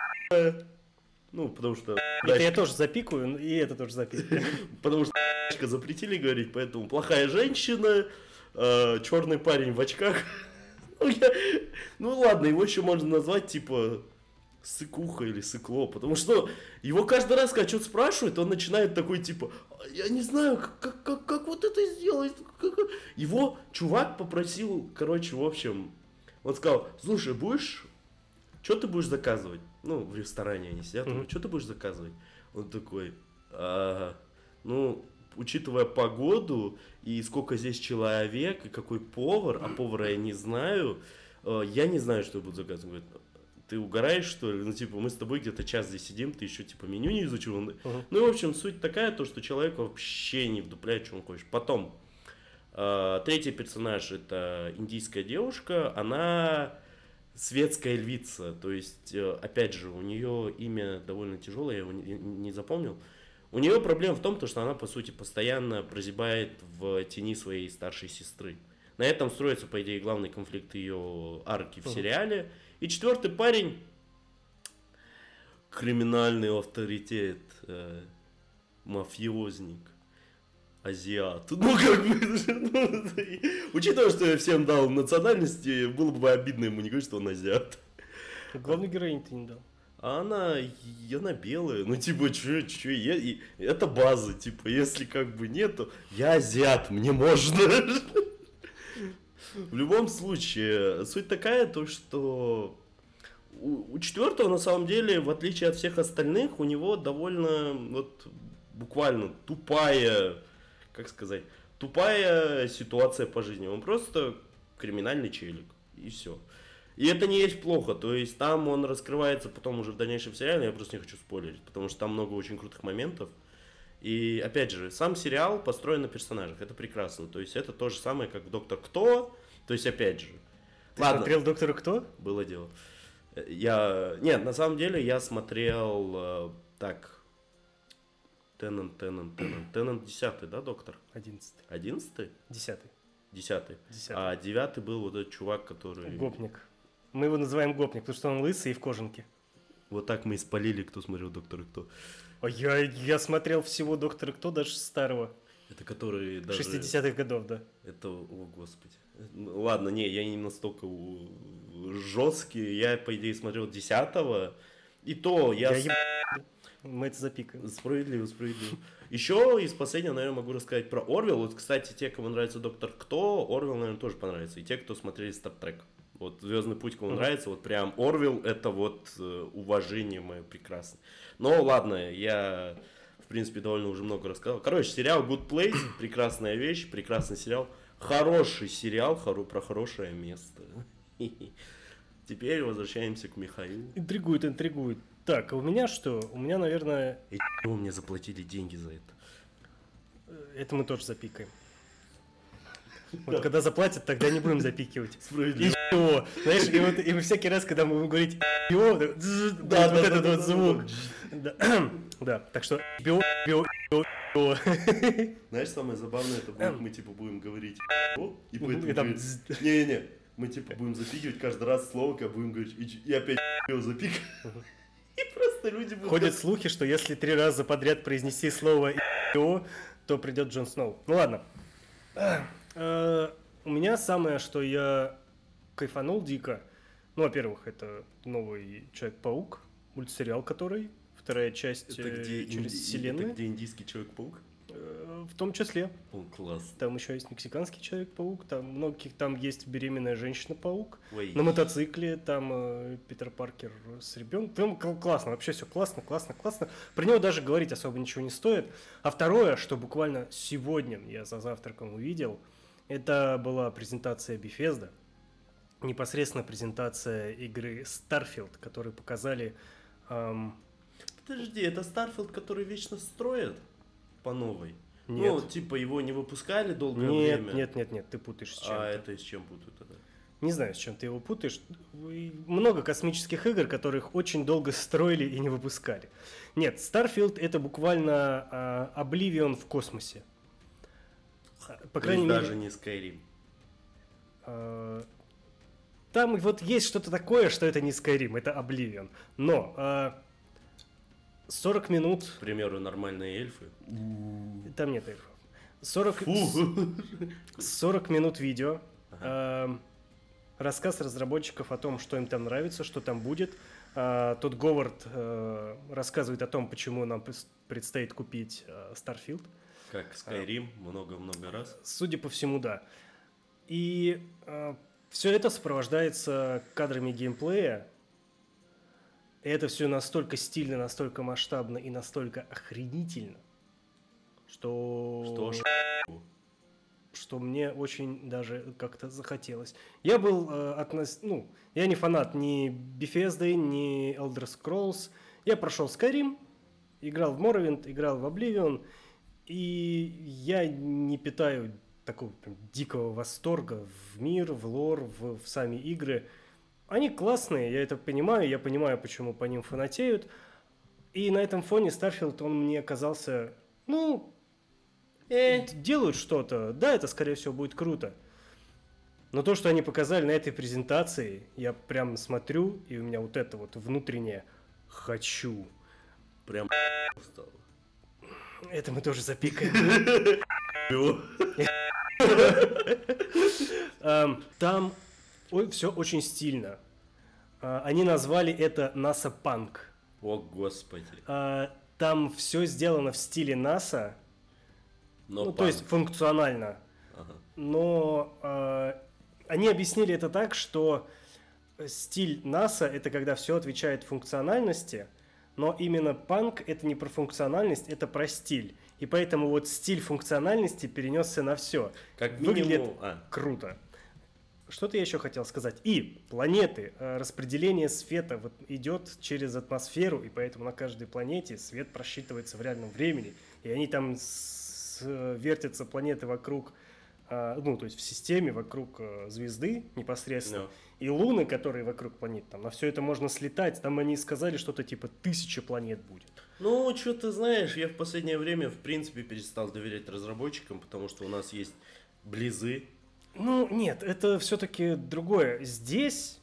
Ну, потому что... Это я тоже запикаю, и это тоже запикаю. Потому что запретили говорить, поэтому плохая женщина, э, черный парень в очках. Ну, я- ну ладно, его еще можно назвать типа сыкуха или сыкло, потому что его каждый раз, когда что-то спрашивают, он начинает такой типа: я не знаю, как, как, как, как вот это сделать. Как- как». Его чувак попросил, короче, в общем, он сказал: слушай, будешь, что ты будешь заказывать? Ну, в ресторане они сидят, Мгм. что ты будешь заказывать? Он такой: «А, ну, учитывая погоду и сколько здесь человек, и какой повар, а повара я не знаю, э, я не знаю, что я буду заказывать. Говорит: ты угораешь, что ли? Ну, типа, мы с тобой где-то час здесь сидим, ты еще, типа, меню не изучил. Он- Мгм. Ну, и, в общем, суть такая, то, что человек вообще не вдупляет, что он хочет. Потом, э, третий персонаж, это индийская девушка, она светская львица, то есть, э, опять же, у нее имя довольно тяжелое, я его не, не запомнил. У нее проблема в том, то, что она, по сути, постоянно прозябает в тени своей старшей сестры. На этом строится, по идее, главный конфликт ее арки в Мгм. сериале. И четвертый парень, криминальный авторитет, э, мафиозник. азиат. Ну, как бы, ну, учитывая, что я всем дал национальности, было бы обидно ему не говорить, что он азиат. Главную героиню ты не дал. А она, она белая, ну, типа, чё, чё, я, и, это база, типа, если как бы нету, я азиат, мне можно. В любом случае, суть такая, то, что у, у четвертого, на самом деле, в отличие от всех остальных, у него довольно, вот, буквально тупая, как сказать, тупая ситуация по жизни. Он просто криминальный челик, и все. И это не есть плохо, то есть там он раскрывается потом уже в дальнейшем сериале, я просто не хочу спойлерить, потому что там много очень крутых моментов. И опять же, сам сериал построен на персонажах, это прекрасно, то есть это то же самое, как Доктор Кто, то есть опять же. Ты Ладно. Смотрел Доктора Кто? Было дело. Я, нет, на самом деле я смотрел, э, так, Теннант, Теннант, Теннант, Теннант десятый, да, Доктор? Одиннадцатый. Одиннадцатый? Десятый. Десятый. Десятый. А девятый был вот этот чувак, который... Гопник. Мы его называем гопник, потому что он лысый и в кожанке. Вот так мы и спалили, кто смотрел Доктора Кто. А я, я смотрел всего Доктора Кто, даже старого. Это который даже... шестидесятых годов, да. Это, о господи. Ладно, не, я не настолько жесткий. Я, по идее, смотрел десятого. И то я... я еб... Мы это запикаем. Справедливо, справедливо. Еще из последнего, наверное, могу рассказать про Орвилл. Вот, кстати, те, кому нравится Доктор Кто, Орвилл, наверное, тоже понравится. И те, кто смотрели Стартрек. Вот Звездный путь, кому mm-hmm. нравится, вот прям Орвилл, это вот э, уважение мое прекрасное. Но ладно, я, в принципе, довольно уже много рассказал. Короче, сериал Good Place, прекрасная вещь, прекрасный сериал. Хороший сериал хоро- про хорошее место. Теперь возвращаемся к Михаилу. Интригует, интригует. Так, а у меня что? У меня, наверное... И вы мне заплатили деньги за это. Это мы тоже запикаем. Вот да. Когда заплатят, тогда не будем запикивать. Справедливо. И ё. Знаешь, и вот и всякий раз, когда мы будем говорить ё, да, да, вот да, этот да, вот да, звук. Да. Да. Да, так что ё, ё, ё, ё. Знаешь, самое забавное, это будет, мы типа будем говорить ё, и поэтому и там... Не-не-не, мы типа будем запикивать каждый раз слово, когда будем говорить, и, и опять ё запикивать. И просто люди будут... Ходят слухи, что если три раза подряд произнести слово ё, то придет Джон Сноу. Ну ладно. Uh, у меня самое, что я кайфанул дико. Ну, во-первых, это новый Человек-паук, мультсериал, который, вторая часть это где через инди... вселенную. Это где индийский Человек-паук? Uh, в том числе. О, класс. Там еще есть мексиканский Человек-паук, там многих, там есть беременная женщина-паук. Ой. На мотоцикле, там uh, Питер Паркер с ребенком. Там классно, вообще все классно, классно, классно. Про него даже говорить особо ничего не стоит. А второе, что буквально сегодня я за завтраком увидел, это была презентация Bethesda, непосредственно презентация игры Starfield, которую показали... Эм... Подожди, это Starfield, который вечно строят по новой? Нет. Ну, типа его не выпускали долгое нет, время? Нет, нет, нет, ты путаешь с чем-то. А это с чем путают тогда? Не знаю, с чем ты его путаешь. Много космических игр, которых очень долго строили и не выпускали. Нет, Starfield это буквально э, Oblivion в космосе. По крайней мере, даже не Skyrim. Э, там вот есть что-то такое, что это не Skyrim, это Oblivion. Но э, сорок минут... К примеру, нормальные эльфы. Там нет эльфов. сорок, сорок минут видео. Ага. Э, рассказ разработчиков о том, что им там нравится, что там будет. Э, тот Говард э, рассказывает о том, почему нам предстоит купить э, Starfield. Как Skyrim, много-много раз. Судя по всему, да. И э, все это сопровождается кадрами геймплея. И это все настолько стильно, настолько масштабно и настолько охренительно, что... Что ж... что мне очень даже как-то захотелось. Я был э, относ... ну, я не фанат ни Bethesda, ни Elder Scrolls. Я прошел Skyrim, играл в Morrowind, играл в Oblivion. И я не питаю такого прям дикого восторга в мир, в лор, в, в сами игры. Они классные, я это понимаю, я понимаю, почему по ним фанатеют. И на этом фоне Starfield, он мне казался, ну, э, делают что-то. Да, это, скорее всего, будет круто. Но то, что они показали на этой презентации, я прям смотрю, и у меня вот это вот внутреннее «хочу». Прям стало. Это мы тоже запикаем. Там все очень стильно. Они назвали это NASA Punk. О, господи. Там все сделано в стиле НАСА. Но ну, то есть функционально. Ага. Но э, они объяснили это так, что стиль НАСА — это когда все отвечает функциональности, но именно панк — это не про функциональность, это про стиль. И поэтому вот стиль функциональности перенесся на все. Как минимум... Выглядит а. круто. Что-то я еще хотел сказать. И планеты, распределение света вот идет через атмосферу, и поэтому на каждой планете свет просчитывается в реальном времени. И они там с, вертятся, планеты вокруг, ну, то есть в системе вокруг звезды непосредственно. No. И луны, которые вокруг планет, там на все это можно слетать. Там они сказали, что-то типа тысяча планет будет. Ну, что ты знаешь, я в последнее время, в принципе, перестал доверять разработчикам, потому что у нас есть Близы. Ну, нет, это все-таки другое. Здесь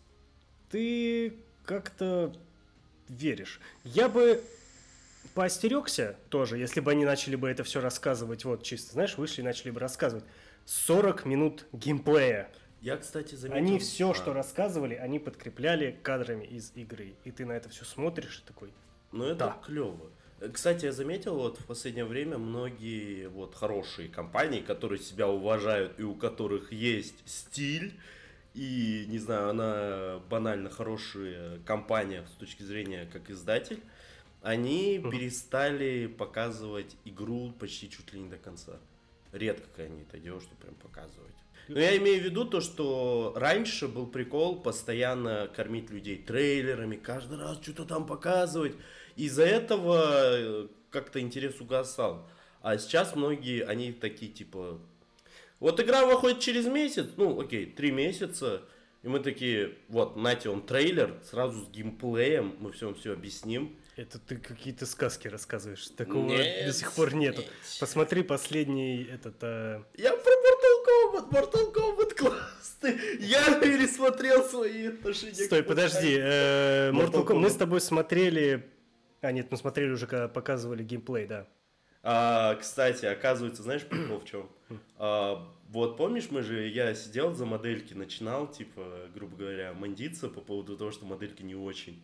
ты как-то веришь. Я бы поостерегся тоже, если бы они начали бы это все рассказывать, вот чисто, знаешь, вышли и начали бы рассказывать. сорок минут геймплея. Я, кстати, заметил... Они все, а. что рассказывали, они подкрепляли кадрами из игры. И ты на это все смотришь и такой... Ну, это да. клево. Кстати, я заметил, вот в последнее время многие вот хорошие компании, которые себя уважают и у которых есть стиль, и, не знаю, она банально хорошая компания с точки зрения как издатель, они uh-huh. перестали показывать игру почти чуть ли не до конца. Редко они это делают, что прям показывать. Но я имею в виду то, что раньше был прикол постоянно кормить людей трейлерами, каждый раз что-то там показывать. Из-за этого как-то интерес угасал. А сейчас многие, они такие типа... Вот игра выходит через месяц, ну окей, три месяца. И мы такие, вот, нате он трейлер, сразу с геймплеем, мы всем все объясним. Это ты какие-то сказки рассказываешь. Такого нет, до сих пор нету. нет. Посмотри последний этот... А... Я про Mortal Kombat, Mortal Kombat классный. Я пересмотрел свои отношения. Стой, подожди. Э, Mortal Kombat. Мы с тобой смотрели... А, нет, мы смотрели уже, когда показывали геймплей, да. А, кстати, оказывается, знаешь, прикол в чем? А, вот помнишь, мы же, я сидел за модельки, начинал, типа, грубо говоря, мандиться по поводу того, что модельки не очень.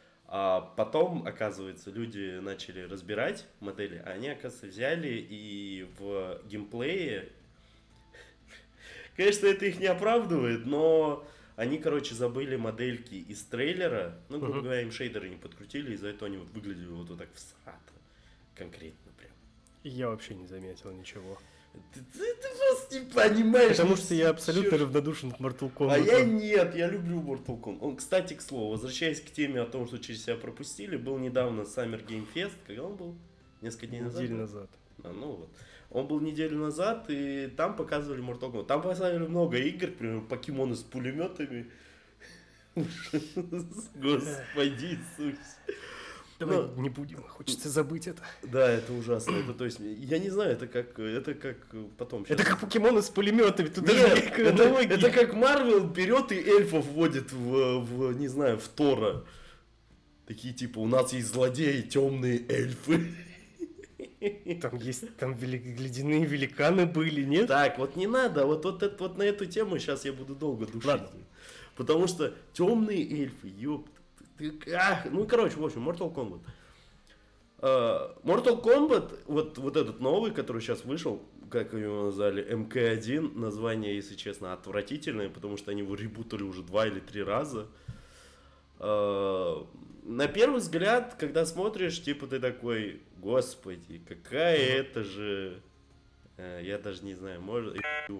А потом, оказывается, люди начали разбирать модели, а они, оказывается, взяли и в геймплее... Конечно, это их не оправдывает, но они, короче, забыли модельки из трейлера. Ну, грубо uh-huh. говоря, им шейдеры не подкрутили, из-за этого они вот выглядели вот, вот так всрато. Конкретно прям. Я вообще не заметил ничего. Ты, ты, ты просто не понимаешь. Потому что я абсолютно черт. равнодушен к Mortal Kombat. А я нет, я люблю Mortal Kombat. Он, кстати, к слову, возвращаясь к теме о том, что через себя пропустили, был недавно Summer Game Fest. Когда он был? Несколько дней назад? Неделю назад. А, ну вот. Он был неделю назад, и там показывали Mortal Kombat. Там показывали много игр, например, покемоны с пулеметами. Господи Иисус. Давай но... не будем, хочется забыть это. Да, это ужасно. Это, то есть, я не знаю, это как, это как потом. Сейчас... Это как покемоны с пулеметами. Тут Нет, даже это, это как Марвел берет и эльфов вводит в, в, не знаю, в Тора. Такие типа, у нас есть злодеи, темные эльфы. Там есть, там велик, ледяные великаны были, нет? Так, вот не надо, вот, вот, это, вот на эту тему сейчас я буду долго душить. Ладно. Потому что темные эльфы, ёпта. Ах, ну, короче, в общем, Mortal Kombat. Uh, Mortal Kombat, вот, вот этот новый, который сейчас вышел, как его назвали, эм ка один, название, если честно, отвратительное, потому что они его ребутали уже два или три раза. Uh, на первый взгляд, когда смотришь, типа ты такой, господи, какая uh-huh. это же... Я даже не знаю, может...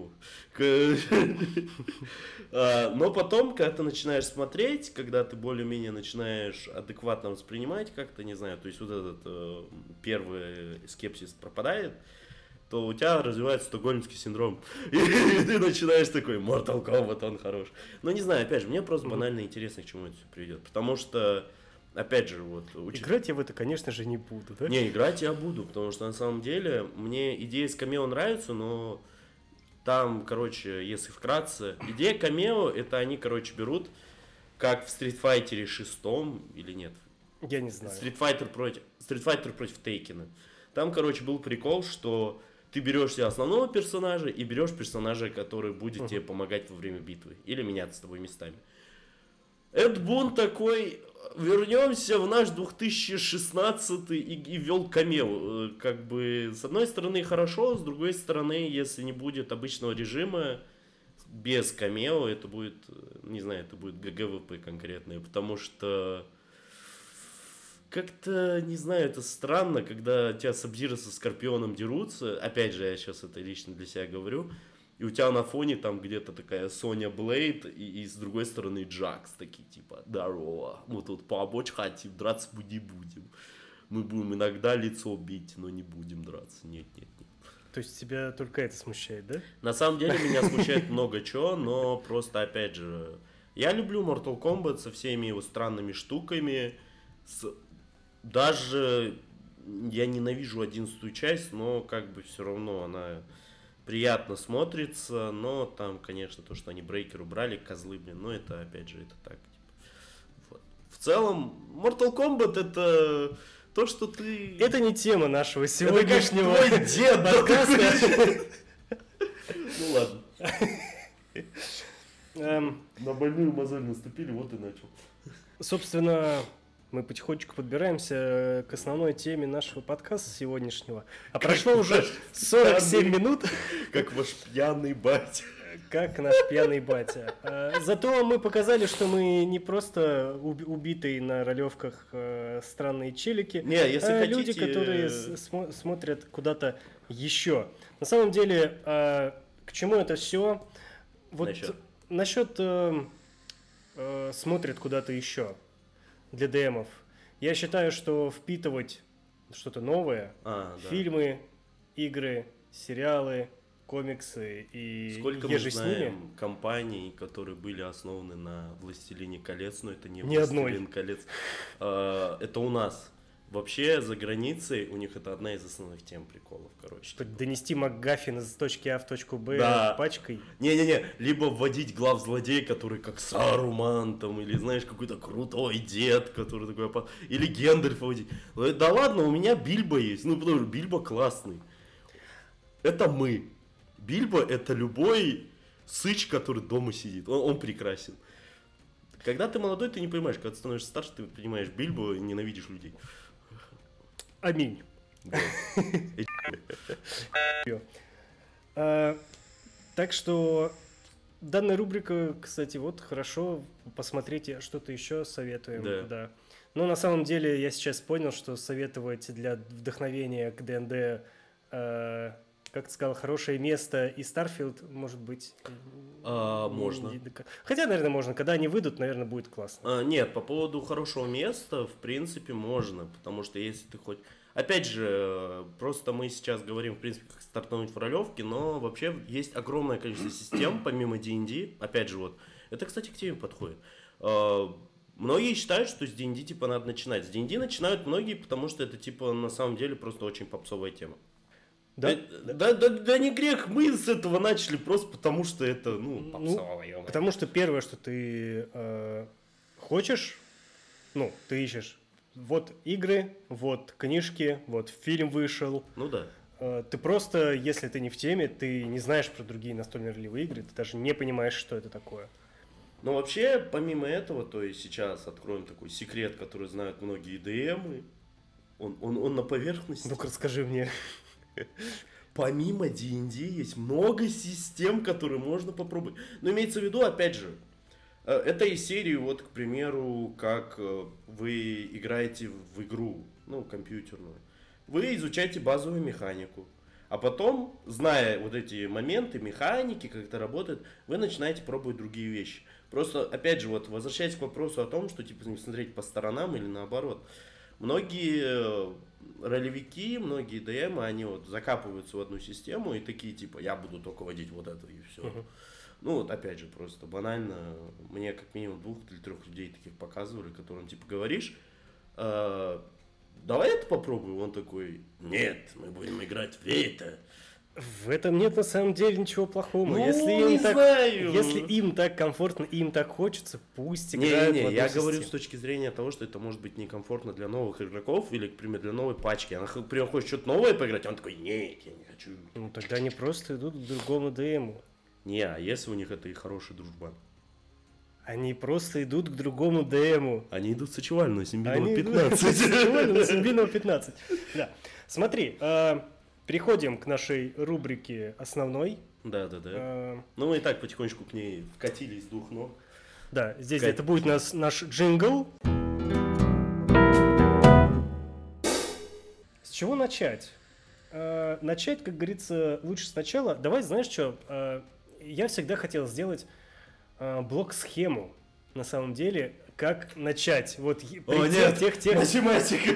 Но потом, когда ты начинаешь смотреть, когда ты более-менее начинаешь адекватно воспринимать как-то, не знаю, то есть вот этот э, первый скепсис пропадает, то у тебя развивается стокгольмский синдром. И ты начинаешь такой, Mortal Kombat, он хорош. Но не знаю, опять же, мне просто банально интересно, к чему это все приведет. Потому что... Опять же, вот... Учит... Играть я в это, конечно же, не буду, да? Не, играть я буду, потому что на самом деле мне идея с камео нравится, но там, короче, если вкратце... Идея камео, это они, короче, берут, как в Street Fighter шестом, или нет? Я не знаю. Street Fighter против, Street Fighter против Тейкена. Там, короче, был прикол, что ты берешь себе основного персонажа и берешь персонажа, который будет uh-huh. тебе помогать во время битвы. Или меняться с тобой местами. Эд Бун такой, вернемся в наш две тысячи шестнадцатый и, и ввел камео. Как бы, с одной стороны, хорошо, с другой стороны, если не будет обычного режима, без камео, это будет, не знаю, это будет ГГВП конкретное, потому что как-то, не знаю, это странно, когда тебя Саб-Зиро со Скорпионом дерутся, опять же, я сейчас это лично для себя говорю, и у тебя на фоне там где-то такая Соня Блейд, и, и с другой стороны Джакс, такие типа, здорово, мы тут помочь хотим, драться мы не будем. Мы будем иногда лицо бить, но не будем драться, нет, нет, нет. То есть тебя только это смущает, да? На самом деле меня смущает много чего, но просто, опять же, я люблю Mortal Kombat со всеми его странными штуками, с... даже я ненавижу одиннадцатую часть, но как бы все равно она... приятно смотрится, но там, конечно, то, что они брейкер убрали, козлы, блин, но это, опять же, это так. Типа, вот. В целом, Mortal Kombat это то, что ты... Это не тема нашего сегодняшнего это как твой дед подкаста. Ну ладно. На больную мозоль наступили, вот и начал. Собственно... Мы потихонечку подбираемся к основной теме нашего подкаста сегодняшнего. А прошло уже сорок семь минут. Как ваш пьяный батя. Как наш пьяный батя. Зато мы показали, что мы не просто убитые на ролевках странные челики, не, если а хотите... люди, которые см- смотрят куда-то еще. На самом деле, к чему это все? Вот насчет, насчет э, э, смотрят куда-то еще. Для ДМов. Я считаю, что впитывать что-то новое, а, да. фильмы, игры, сериалы, комиксы и сколько еже мы знаем с ними. компаний, которые были основаны на «Властелине колец», но это не Ни «Властелин одной. колец». А, это у нас. Вообще, за границей у них это одна из основных тем приколов, короче. Что донести МакГаффин из точки А в точку Б да. пачкой. Не-не-не, либо вводить глав злодея, который как Саруман, там, или, знаешь, какой-то крутой дед, который такой... Или Гендальфа вводить. Да ладно, у меня Бильбо есть, ну, потому что Бильбо классный. Это мы. Бильбо — это любой сыч, который дома сидит, он, он прекрасен. Когда ты молодой, ты не понимаешь, когда ты становишься старше, ты понимаешь Бильбо и ненавидишь людей. Аминь. а, так что данная рубрика, кстати, вот хорошо, посмотрите, что-то еще советуем. Да. Да. Но на самом деле я сейчас понял, что советовать для вдохновения к ДНД, э, как ты сказал, хорошее место и Starfield, может быть... А, можно. Хотя, наверное, можно. Когда они выйдут, наверное, будет классно. А, нет, по поводу хорошего места, в принципе, можно. Потому что если ты хоть... Опять же, просто мы сейчас говорим, в принципе, как стартануть в ролевке, но вообще есть огромное количество систем, помимо ди энд ди. Опять же, вот, это, кстати, к теме подходит. А, многие считают, что с ди энд ди, типа, надо начинать. С ди энд ди начинают многие, потому что это, типа, на самом деле просто очень попсовая тема. Да? Да, да, да, да не грех, мы с этого начали просто потому, что это, ну, попсовое. Ну, потому что первое, что ты э, хочешь, ну, ты ищешь, вот игры, вот книжки, вот фильм вышел. Ну да. Э, ты просто, если ты не в теме, ты не знаешь про другие настольные ролевые игры, ты даже не понимаешь, что это такое. Но вообще, помимо этого, то есть сейчас откроем такой секрет, который знают многие ДМы, он, он, он на поверхности. Ну-ка, расскажи мне. Помимо ди энд ди есть много систем, которые можно попробовать. Но имеется в виду, опять же, это из серии, вот, к примеру, как вы играете в игру, ну, компьютерную. Вы изучаете базовую механику. А потом, зная вот эти моменты, механики, как это работает, вы начинаете пробовать другие вещи. Просто, опять же, вот, возвращаясь к вопросу о том, что, типа, не смотреть по сторонам или наоборот. Многие ролевики, многие ДМы, они вот закапываются в одну систему и такие, типа, я буду только водить вот это и все. Uh-huh. Ну, вот, опять же, просто банально, мне как минимум двух или трех людей таких показывали, которым, типа, говоришь, э, давай это попробуем. Он такой, нет, мы будем играть в это. В этом нет на самом деле ничего плохого. Ну, если, не им так, знаю. если им так комфортно, им так хочется, пусть Не, играют не, в не, одну я систему. говорю с точки зрения того, что это может быть некомфортно для новых игроков или, к примеру, для новой пачки. Она, например, хочет что-то новое поиграть, а он такой, нет, я не хочу. Ну тогда они просто идут к другому ДМу. Не, а если у них это и хороший дружбан? Они просто идут к другому ДМу. Они идут с Очевального, Симбинова Они идут пятнадцать. с Очевального, Симбинова пятнадцать. Да. Смотри, э, переходим к нашей рубрике основной. Да, да, да. Э, Ну, мы и так потихонечку к ней вкатились с двух ног. да, здесь Кать- это будет нас, наш джингл. С чего начать? Э, начать, как говорится, лучше сначала. Давай, знаешь что, э, я всегда хотел сделать э, блок-схему, на самом деле, как начать. Вот е- О, прийти нет, от тех, тех... математика.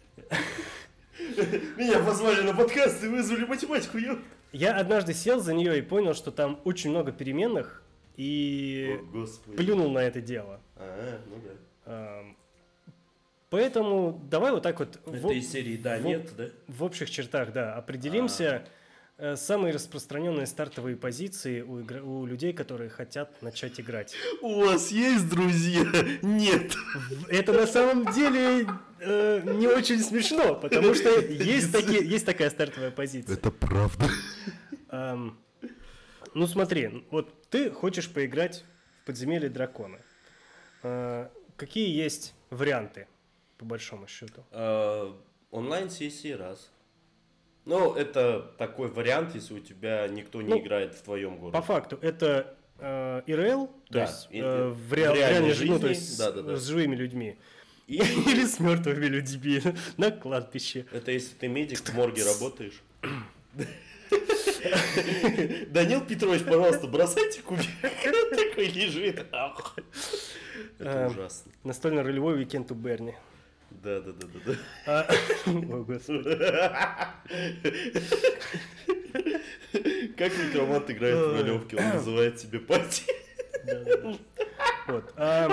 Меня позвали на подкаст и вызвали математику, ё. Я однажды сел за нее и понял, что там очень много переменных, и О, Господи. плюнул на это дело. А, ну да. Эм, Поэтому давай вот так вот Это в, из серии «да», в- «нет», да? в общих чертах, да, определимся. Э, Самые распространенные стартовые позиции у, игра- у людей, которые хотят начать играть. У вас есть друзья? Нет. Это на самом деле э, не очень смешно, потому что есть, такие, есть такая стартовая позиция. Это правда. Эм, ну смотри, вот ты хочешь поиграть в подземелье дракона. Э, какие есть варианты, по большому счету? А, онлайн-сессии раз. Ну, это такой вариант, если у тебя никто не Ну, играет в твоем городе. По факту это э, ай эр эл, то Да, есть и- э, и- в, реал- в в реальной реальной жизни, ну, то жизни, есть да-да-да. с живыми людьми. И Или с мертвыми людьми на кладбище. это если ты медик, в морге работаешь. Данил Петрович, пожалуйста, бросайте кубик. Он такой лежит. Ах. Это Эм. ужасно. Настольно-ролевой уикенд у Берни. Да, да, да, да, А, О, господи. да. Как некромант играет в ролевки, он называет себе пати. Да-да-да. Вот. А,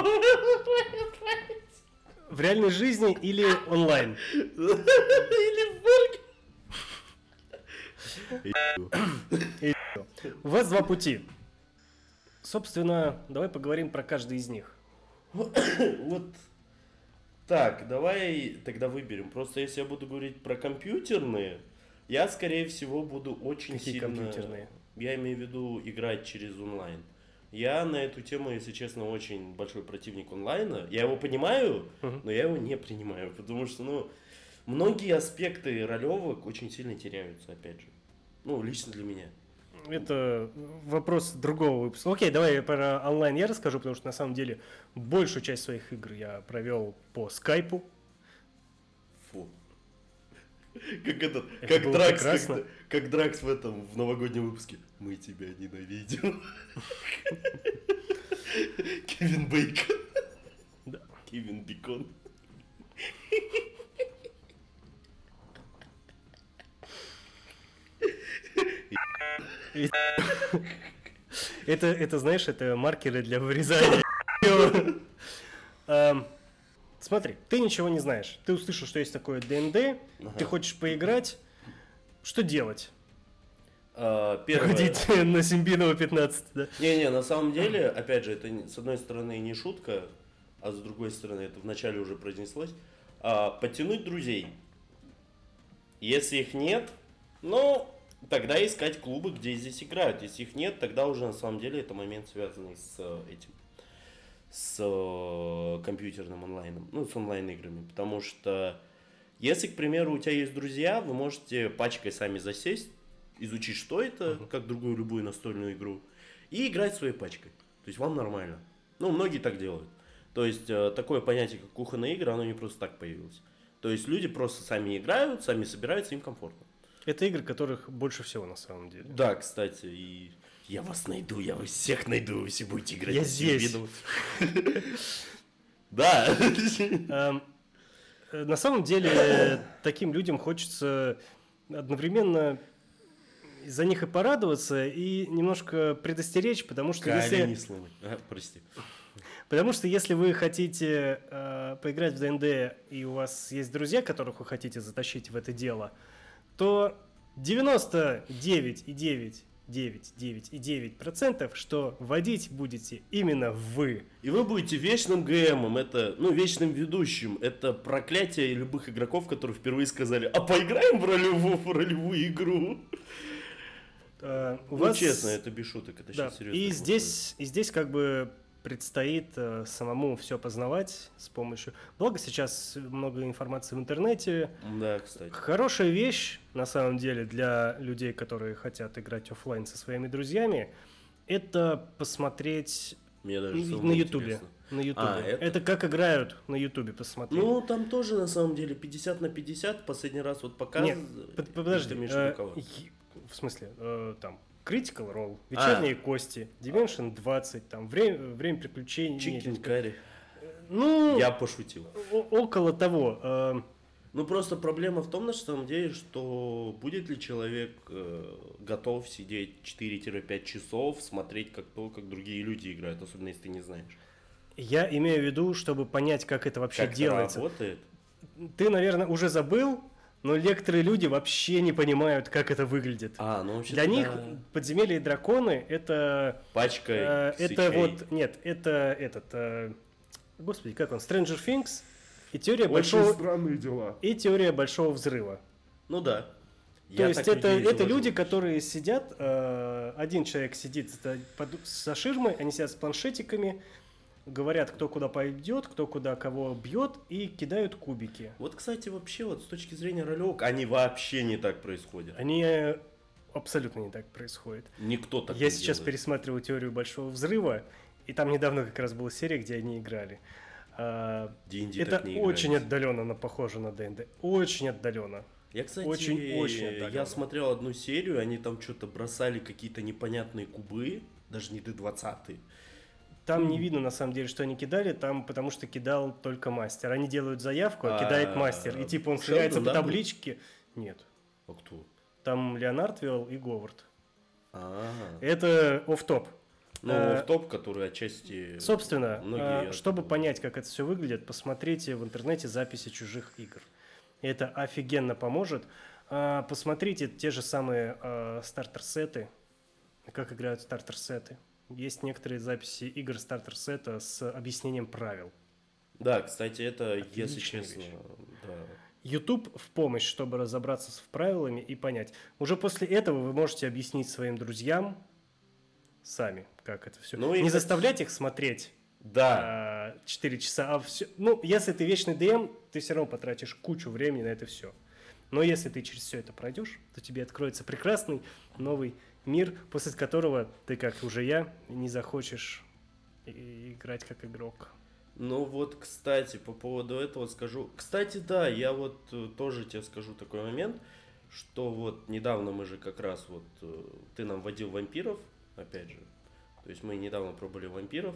в реальной жизни или онлайн? Или в морге. У вас два пути. Собственно, давай поговорим про каждый из них. Вот так, давай тогда выберем. Просто если я буду говорить про компьютерные, я, скорее всего, буду очень Какие сильно... компьютерные? Я имею в виду играть через онлайн. Я на эту тему, если честно, очень большой противник онлайна. Я его понимаю, Мгм. но я его не принимаю, потому что, ну, многие аспекты ролевок очень сильно теряются, опять же. Ну, лично для меня. Это вопрос другого выпуска. Окей, давай про онлайн я расскажу, потому что на самом деле большую часть своих игр я провел по скайпу. Фу. Как этот, Это как было Дракс, прекрасно. как, как Дракс в этом, в новогоднем выпуске. Мы тебя ненавидим. Кевин Бейкон. Да. Кевин Бекон. Это, это, знаешь, это маркеры для вырезания. Эм, Смотри, ты ничего не знаешь. Ты услышал, что есть такое ди энд ди, Ага. ты хочешь поиграть. Что делать? А, Первое. Приходить на Симбинова пятнадцать, да? Не-не, на самом деле, опять же, это не- с одной стороны не шутка, а с другой стороны, это вначале уже произнеслось. А, подтянуть друзей. Если их нет, ну, тогда искать клубы, где здесь играют. Если их нет, тогда уже на самом деле это момент, связанный с э, этим, с э, компьютерным онлайном, ну, с онлайн-играми. Потому что, если, к примеру, у тебя есть друзья, вы можете пачкой сами засесть, изучить, что это, Мгм. как другую любую настольную игру, и играть своей пачкой. То есть вам нормально. Ну, многие так делают. То есть э, такое понятие, как кухонные игры, оно не просто так появилось. То есть люди просто сами играют, сами собираются, им комфортно. Это игры, которых больше всего на самом деле. Да, кстати, и я вас найду, я вас всех найду, вы все будете играть. Я в здесь. Симбинову. Да. Эм, э, На самом деле, таким людям хочется одновременно за них и порадоваться, и немножко предостеречь, потому что Кали если, не сломай. А, прости. потому что если вы хотите э, поиграть в ди энд ди, и у вас есть друзья, которых вы хотите затащить в это дело, то девяносто девять и девять девять девять и девять процентов, что водить будете именно вы. И вы будете вечным ГМом, это, ну, вечным ведущим. Это проклятие любых игроков, которые впервые сказали: а поиграем в ролевую, в ролевую игру? Uh, у ну, вас... честно, это без шуток, это да. сейчас серьезно. И здесь, и здесь как бы предстоит uh, самому все познавать с помощью... Благо сейчас много информации в интернете. Да, кстати. Хорошая вещь, на самом деле, для людей, которые хотят играть офлайн со своими друзьями, это посмотреть Мне даже на Ютубе. На Ютубе. А, это... это как играют на Ютубе, посмотреть. Ну, там тоже, на самом деле, пятьдесят на пятьдесят. Последний раз вот показывал. Нет, подожди. Э, в смысле, э, там, Critical Role, Вечерние а. кости, Dimension двадцать, там, время, время приключений. Chicken Curry. Ну, я пошутил. О- около того. Э, ну, просто проблема в том, на самом деле, что будет ли человек э, готов сидеть четыре-пять часов, смотреть как то, как другие люди играют, особенно если ты не знаешь. Я имею в виду, чтобы понять, как это вообще как делается. Это работает? Ты, наверное, уже забыл, но некоторые люди вообще не понимают, как это выглядит. А, ну, Для них да. Подземелья и драконы это... Пачка э, Это вот... Нет, это этот... Э, господи, как он? Stranger Things и теория Очень большого... странные дела. И теория большого взрыва. Ну да. То Я есть это, это люди, которые сидят... Э, один человек сидит за, под, за ширмой, они сидят с планшетиками, говорят, кто куда пойдет, кто куда кого бьет, и кидают кубики. Вот, кстати, вообще, вот с точки зрения ролевок, они вообще не так происходят. Они абсолютно не так происходят. Никто так Я не сейчас делает. пересматриваю теорию большого взрыва, и там недавно как раз была серия, где они играли. ди энд ди Это так не очень отдаленно на похоже на ди энд ди. Очень отдаленно. Я, кстати, очень, очень отдаленно. Я смотрел одну серию, они там что-то бросали какие-то непонятные кубы, даже не ди двадцать. Там не видно, на самом деле, что они кидали, там потому что кидал только мастер. Они делают заявку, а кидает мастер. И типа он сверяется по табличке. Нет. А кто? Там Леонард вел и Говард. А-а-а. Это офф-топ. Ну, а, офф-топ, который отчасти... Собственно, а, чтобы понять, как это все выглядит, посмотрите в интернете записи чужих игр. Это офигенно поможет. А, посмотрите те же самые а, стартер-сеты, как играют стартер-сеты. Есть некоторые записи игр стартер-сета с объяснением правил. Да, кстати, это, отличная если честно... Да. YouTube в помощь, чтобы разобраться с правилами и понять. Уже после этого вы можете объяснить своим друзьям сами, как это все. Ну, не это... заставлять их смотреть да. четыре часа, а все. Ну, если ты вечный ди эм, ты все равно потратишь кучу времени на это все. Но если ты через все это пройдешь, то тебе откроется прекрасный новый мир, после которого ты, как уже я, не захочешь играть как игрок. Ну вот, кстати, по поводу этого скажу. Кстати, да, я вот тоже тебе скажу такой момент, что вот недавно мы же как раз вот, ты нам водил вампиров, опять же, то есть мы недавно пробовали вампиров,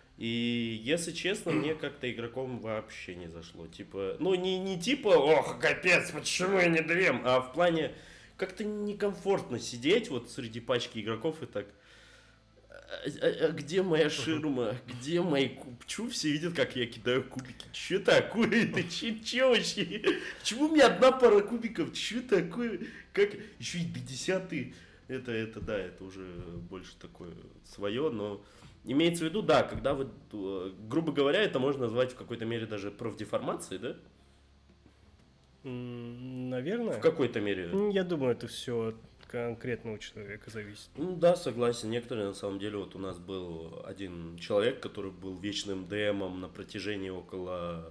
и если честно, мне как-то игроком вообще не зашло. Типа, ну не, не типа, ох, капец, почему я не дрем, а в плане как-то некомфортно сидеть вот среди пачки игроков и так... А, а, а где моя ширма? Где мои куб? Чего все видят, как я кидаю кубики? Че такое? Ты че, че вообще? Почему у меня одна пара кубиков? Че такое? Как? Еще и пятидесятый. Это, это, да, это уже больше такое свое, но имеется в виду, да, когда вы, грубо говоря, это можно назвать в какой-то мере даже профдеформацией, да? Наверное. В какой-то мере. Я думаю, это все от конкретного человека зависит. Ну да, согласен. Некоторые, на самом деле, вот у нас был один человек, который был вечным ДМом на протяжении около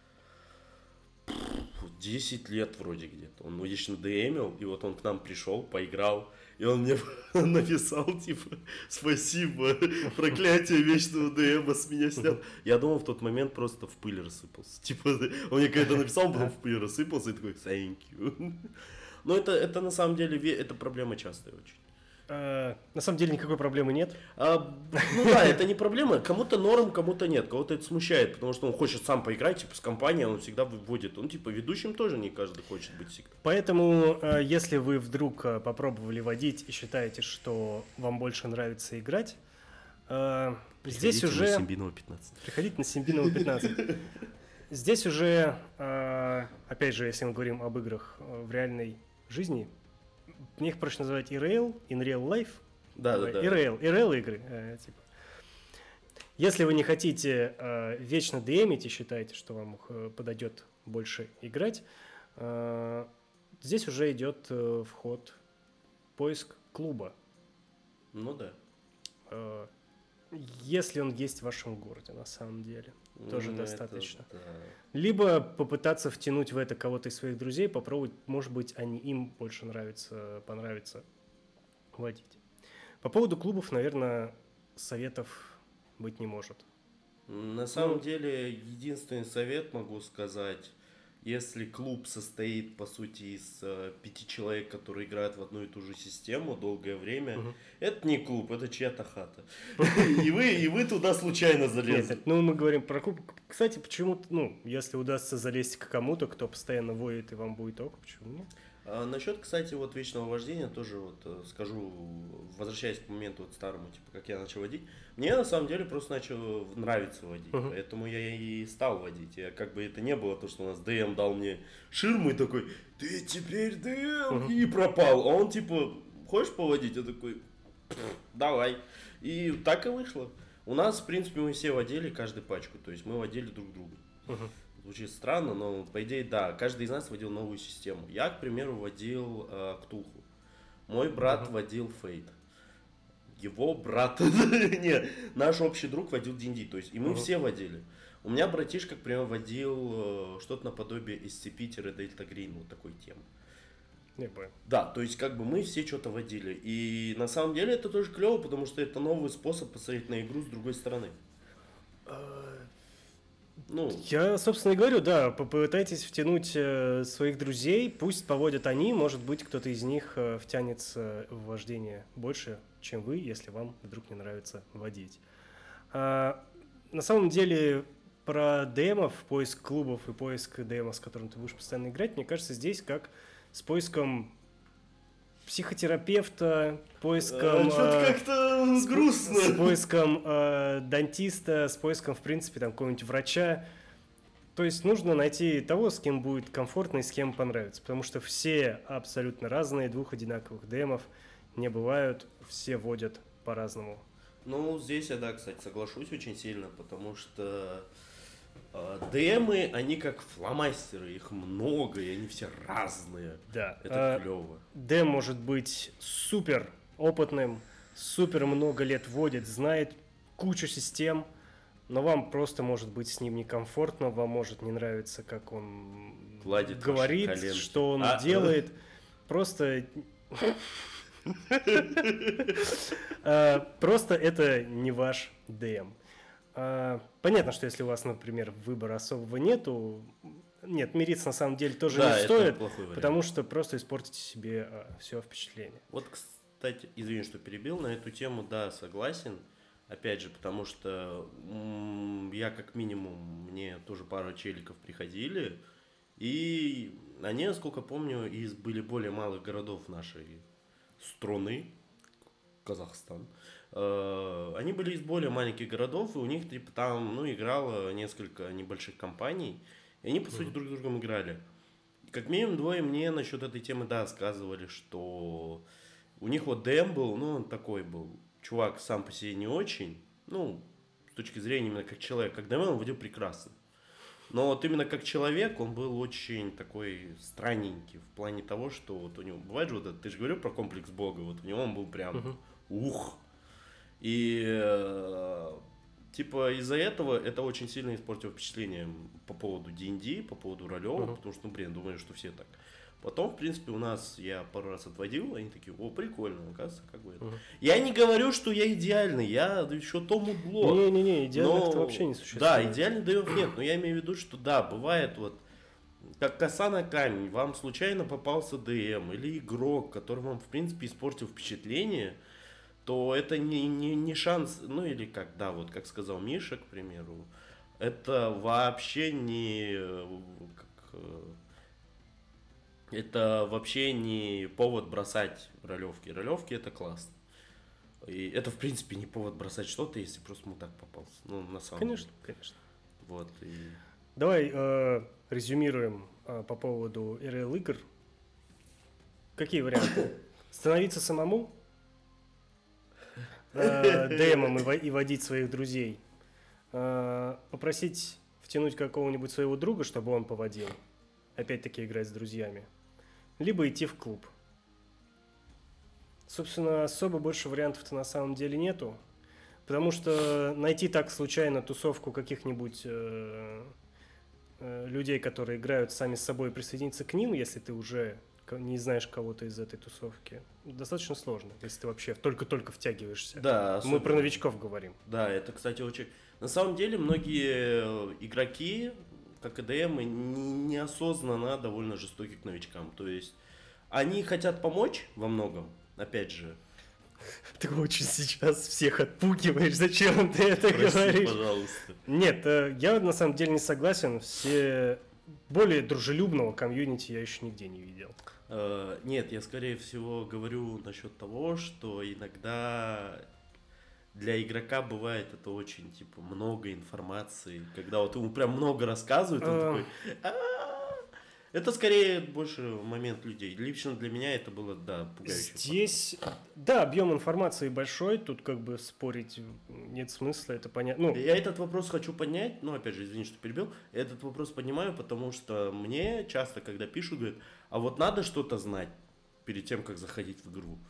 десять лет вроде где-то. Он вечно ДМил, и вот он к нам пришел, поиграл, и он мне написал, типа, спасибо, проклятие вечного ДМа с меня снял. Я думал, в тот момент просто в пыль рассыпался. Типа, он мне когда-то написал, потом в пыль рассыпался, и такой, thank you. Но это, это на самом деле, это проблема частая очень. А, на самом деле никакой проблемы нет. А, ну да, это не проблема. Кому-то норм, кому-то нет. Кого-то это смущает, потому что он хочет сам поиграть, типа с компанией, он всегда выводит. Он типа ведущим тоже не каждый хочет быть всегда. Поэтому, если вы вдруг попробовали водить и считаете, что вам больше нравится играть, здесь уже... на Симбинова пятнадцать. Приходите на Симбинова пятнадцать. Здесь уже, опять же, если мы говорим об играх в реальной жизни, мне их проще называть ай эр эл, in real life. Да, да, да. ай эр эл, ай эр эл игры. Э, типа. Если вы не хотите э, вечно дэмить и считаете, что вам э, подойдет больше играть, э, здесь уже идет э, вход поиск клуба. Ну да. Э, если он есть в вашем городе, на самом деле. Тоже ну, достаточно. Это, да. Либо попытаться втянуть в это кого-то из своих друзей, попробовать, может быть, они им больше нравится, понравится водить. По поводу клубов, наверное, советов быть не может. На самом Ну, деле, единственный совет могу сказать, если клуб состоит, по сути, из э, пяти человек, которые играют в одну и ту же систему долгое время, Мгм. это не клуб, это чья-то хата. И вы, и вы туда случайно Нет, залезли. это- ну мы говорим про клуб. Кстати, почему-то, ну, если удастся залезть к кому-то, кто постоянно воет, и вам будет ок, почему нет? А насчет, кстати, вот вечного вождения тоже вот э, скажу, возвращаясь к моменту вот старому, типа, как я начал водить, мне на самом деле просто начало нравиться водить, Мгм. поэтому я и стал водить. Я как бы это не было то, что у нас ДМ дал мне ширму и такой, ты теперь ДМ, Мгм. и пропал. А он типа, хочешь поводить? Я такой, «Пф, давай. И так и вышло. У нас, в принципе, мы все водили каждую пачку, то есть мы водили друг друга. Мгм. Звучит странно, но по идее, да, каждый из нас водил новую систему. Я, к примеру, водил э, Ктулху. Мой брат Мгм. водил Фейт. Его брат, не, наш общий друг водил ди энд ди, то есть и мы Мгм. все водили. У меня братишка, к примеру, водил э, что-то наподобие эс си пи-Дельта Грин, вот такой темы. Не понял. Да, то есть как бы мы все что-то водили. И на самом деле это тоже клево, потому что это новый способ посмотреть на игру с другой стороны. Ну, Я, собственно, и говорю, да, попытайтесь втянуть э, своих друзей, пусть поводят они, может быть, кто-то из них э, втянется в вождение больше, чем вы, если вам вдруг не нравится водить. А, на самом деле, про демов, поиск клубов и поиск демов, с которым ты будешь постоянно играть, мне кажется, здесь как с поиском психотерапевта, поиском... что-то э, как-то с, грустно. с поиском э, дантиста, с поиском, в принципе, там какого-нибудь врача. То есть нужно найти того, с кем будет комфортно и с кем понравится. Потому что все абсолютно разные, двух одинаковых демов не бывают, все водят по-разному. Ну, здесь я, да, кстати, соглашусь очень сильно, потому что э, демы, они как фломастеры, их много, и они все разные. Да. Это А, клево. Дэм может быть супер опытным, супер много лет водит, знает кучу систем, но вам просто может быть с ним некомфортно, вам может не нравиться, как он Гладит ваши говорит, коленки. что он А, делает. Просто... А, Просто это не ваш ДМ. А, Понятно, что если у вас, например, выбора особого нету, нет, мириться на самом деле тоже Да, не это стоит, плохой вариант. потому что просто испортите себе все впечатление. Вот, кстати, извини, что перебил, на эту тему, да, согласен. Опять же, потому что м, я как минимум, мне тоже пара челиков приходили, и они, насколько помню, из были более малых городов нашей страны, Казахстан. Э, Они были из более маленьких городов, и у них типа там, ну, играло несколько небольших компаний, и они, по сути, друг с другом играли. Как минимум двое мне насчет этой темы, да, сказывали, что у них вот ДМ был, ну, он такой был. Чувак сам по себе не очень, ну, с точки зрения именно как человек. Как ДМ он водил прекрасно. Но вот именно как человек он был очень такой странненький в плане того, что вот у него, бывает же вот это, ты же говорил про комплекс Бога, вот у него он был прям Мгм. ух. И э, типа из-за этого это очень сильно испортило впечатление по поводу ди энд ди, по поводу ролевого, Мгм. потому что, ну, блин, думаю, что все так. Потом, в принципе, у нас я пару раз отводил, они такие, о, прикольно, оказывается, как бы это. Мгм. Я не говорю, что я идеальный, я еще то мудло. Не-не-не, идеальных Но- это вообще не существует. Да, идеальных даев нет, но я имею в виду, что да, бывает вот, как коса на камень, вам случайно попался ДМ или игрок, который вам, в принципе, испортил впечатление, то это не, не, не шанс, ну или как, да, вот как сказал Миша, к примеру, это вообще не, э, как, э, это вообще не повод бросать ролевки. Ролевки это классно. И это, в принципе, не повод бросать что-то, если просто мудак попался. Ну, на самом Конечно, деле. конечно. Вот. И... Давай э, резюмируем э, по поводу эр эл игр. Какие варианты? Становиться самому, э, ДМом и, во- и водить своих друзей, э, попросить втянуть какого-нибудь своего друга, чтобы он поводил, опять-таки играть с друзьями, либо идти в клуб. Собственно, особо больше вариантов-то на самом деле нету, потому что найти так случайно тусовку каких-нибудь э, э, людей, которые играют сами с собой, и присоединиться к ним, если ты уже ко- не знаешь кого-то из этой тусовки, достаточно сложно, если ты вообще только-только втягиваешься. Да, Мы особенно- про новичков говорим. Да, это, кстати, очень... На самом деле, многие игроки, как и ДМы, не- неосознанно довольно жестоки к новичкам. То есть, они хотят помочь во многом, опять же. Ты очень сейчас всех отпугиваешь, зачем ты это Прости, говоришь? пожалуйста. Нет, э, я на самом деле не согласен. Все более дружелюбного комьюнити я еще нигде не видел. Э, Нет, я скорее всего говорю насчет того, что иногда для игрока бывает это очень, типа, много информации, когда вот ему прям много рассказывают, он А. такой... «А-а-а». Это скорее больше момент людей. Лично для меня это было, да, пугающе. Здесь, да, объем информации большой, тут как бы спорить нет смысла, это понятно. Ну, Я этот вопрос хочу поднять, ну, опять же, извини, что перебил. Я этот вопрос поднимаю, потому что мне часто, когда пишут, говорят, а вот надо что-то знать перед тем, как заходить в игру.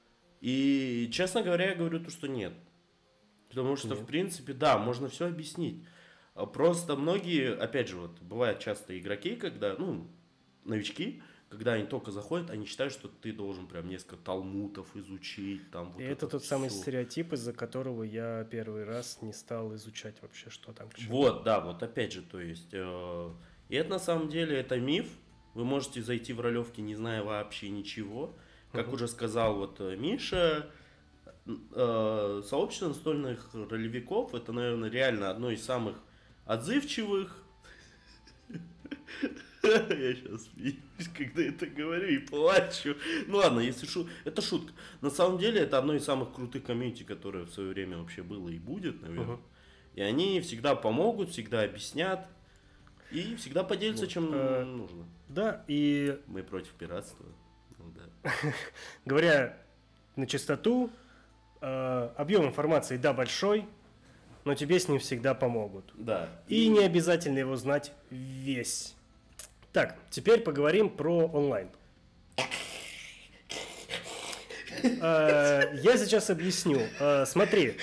И, честно говоря, я говорю то, что нет. Потому что, Нет. в принципе, да, можно все объяснить. А Просто многие, опять же, вот, бывают часто игроки, когда, ну, новички, когда они только заходят, они считают, что ты должен прям несколько талмутов изучить, там, вот и это тот самый всё. стереотип, из-за которого я первый раз не стал изучать вообще, что там к чему. Вот, да, вот опять же, то есть, э, и это на самом деле, это миф. Вы можете зайти в ролевки, не зная вообще ничего. Как Мгм. уже сказал вот э, Миша, э, сообщество настольных ролевиков, это, наверное, реально одно из самых отзывчивых. Я сейчас смеюсь, когда это говорю, и плачу. Ну ладно, если шу... это шутка. На самом деле, это одно из самых крутых комьюнити, которое в свое время вообще было и будет, наверное. Мгм. И они всегда помогут, всегда объяснят. И всегда поделятся, Вот, чем э, нужно. Да, и Мы против пиратства. Ну, да. говоря на чистоту, э, объем информации, да, большой, но тебе с ним всегда помогут. Да. И не обязательно его знать весь. Так, теперь поговорим про онлайн. Э, Я сейчас объясню. Э, Смотри.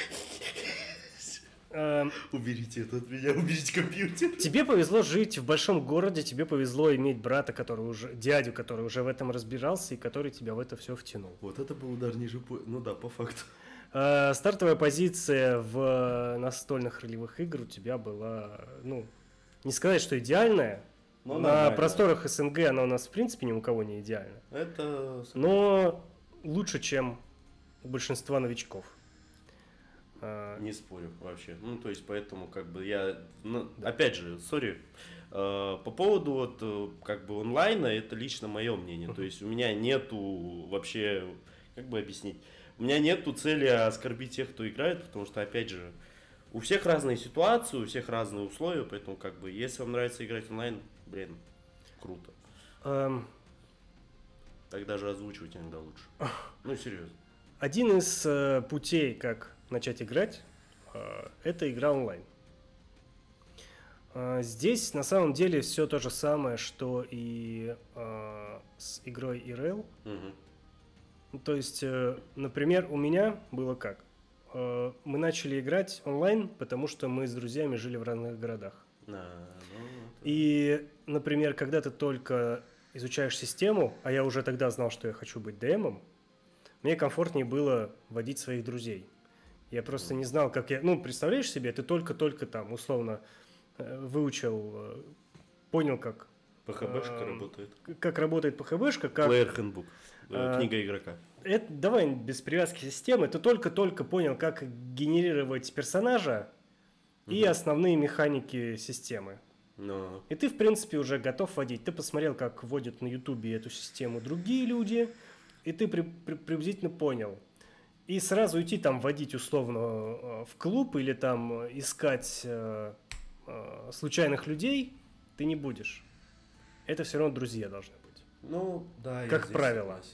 Э, Уберите это от меня, уберите компьютер. Тебе повезло жить в большом городе, тебе повезло иметь брата, который уже, дядю, который уже в этом разбирался и который тебя в это все втянул. Вот это был удар ниже по... Ну да, по факту. Э, Стартовая позиция в настольных ролевых игр у тебя была, ну, не сказать, что идеальная. Но На нормально. просторах СНГ она у нас, в принципе, ни у кого не идеальна. Это... Но лучше, чем у большинства новичков. Э, Не спорю вообще. Ну, то есть, поэтому, как бы, я... ну, опять же, сори. Э, По поводу, вот, э, как бы, онлайна, это лично мое мнение. То есть, у меня нету вообще... Как бы объяснить? У меня нету цели оскорбить тех, кто играет, потому что, опять же, у всех разные ситуации, у всех разные условия, поэтому, как бы, если вам нравится играть онлайн, блин, круто. эм, Так даже озвучивать иногда лучше. Ну, серьезно. Один из э, путей, как начать играть, э, это игра онлайн. Э, здесь на самом деле все то же самое, что и э, с игрой и эр эл. Мгм. Ну, То есть, э, например, у меня было как? Э, мы начали играть онлайн, потому что мы с друзьями жили в разных городах. Да, ну, это- И, например, когда ты только изучаешь систему, а я уже тогда знал, что я хочу быть ДМом, мне комфортнее было водить своих друзей. Я просто не знал, как я... Ну, представляешь себе, ты только-только там, условно, э, выучил, э, понял, как, ПХБшка эм, работает. как работает ПХБшка, как... Player Handbook. э, А, Книга игрока. Это, давай без привязки системы. Ты только-только понял, как генерировать персонажа и Мгм. основные механики системы. Но... И ты, в принципе, уже готов водить. Ты посмотрел, как вводят на Ютубе эту систему другие люди, и ты при- при- приблизительно понял. И сразу идти там водить условно э, в клуб или там э, искать э, э, случайных людей ты не будешь. Это все равно друзья должны быть. Ну, да, я Как здесь правило. согласен.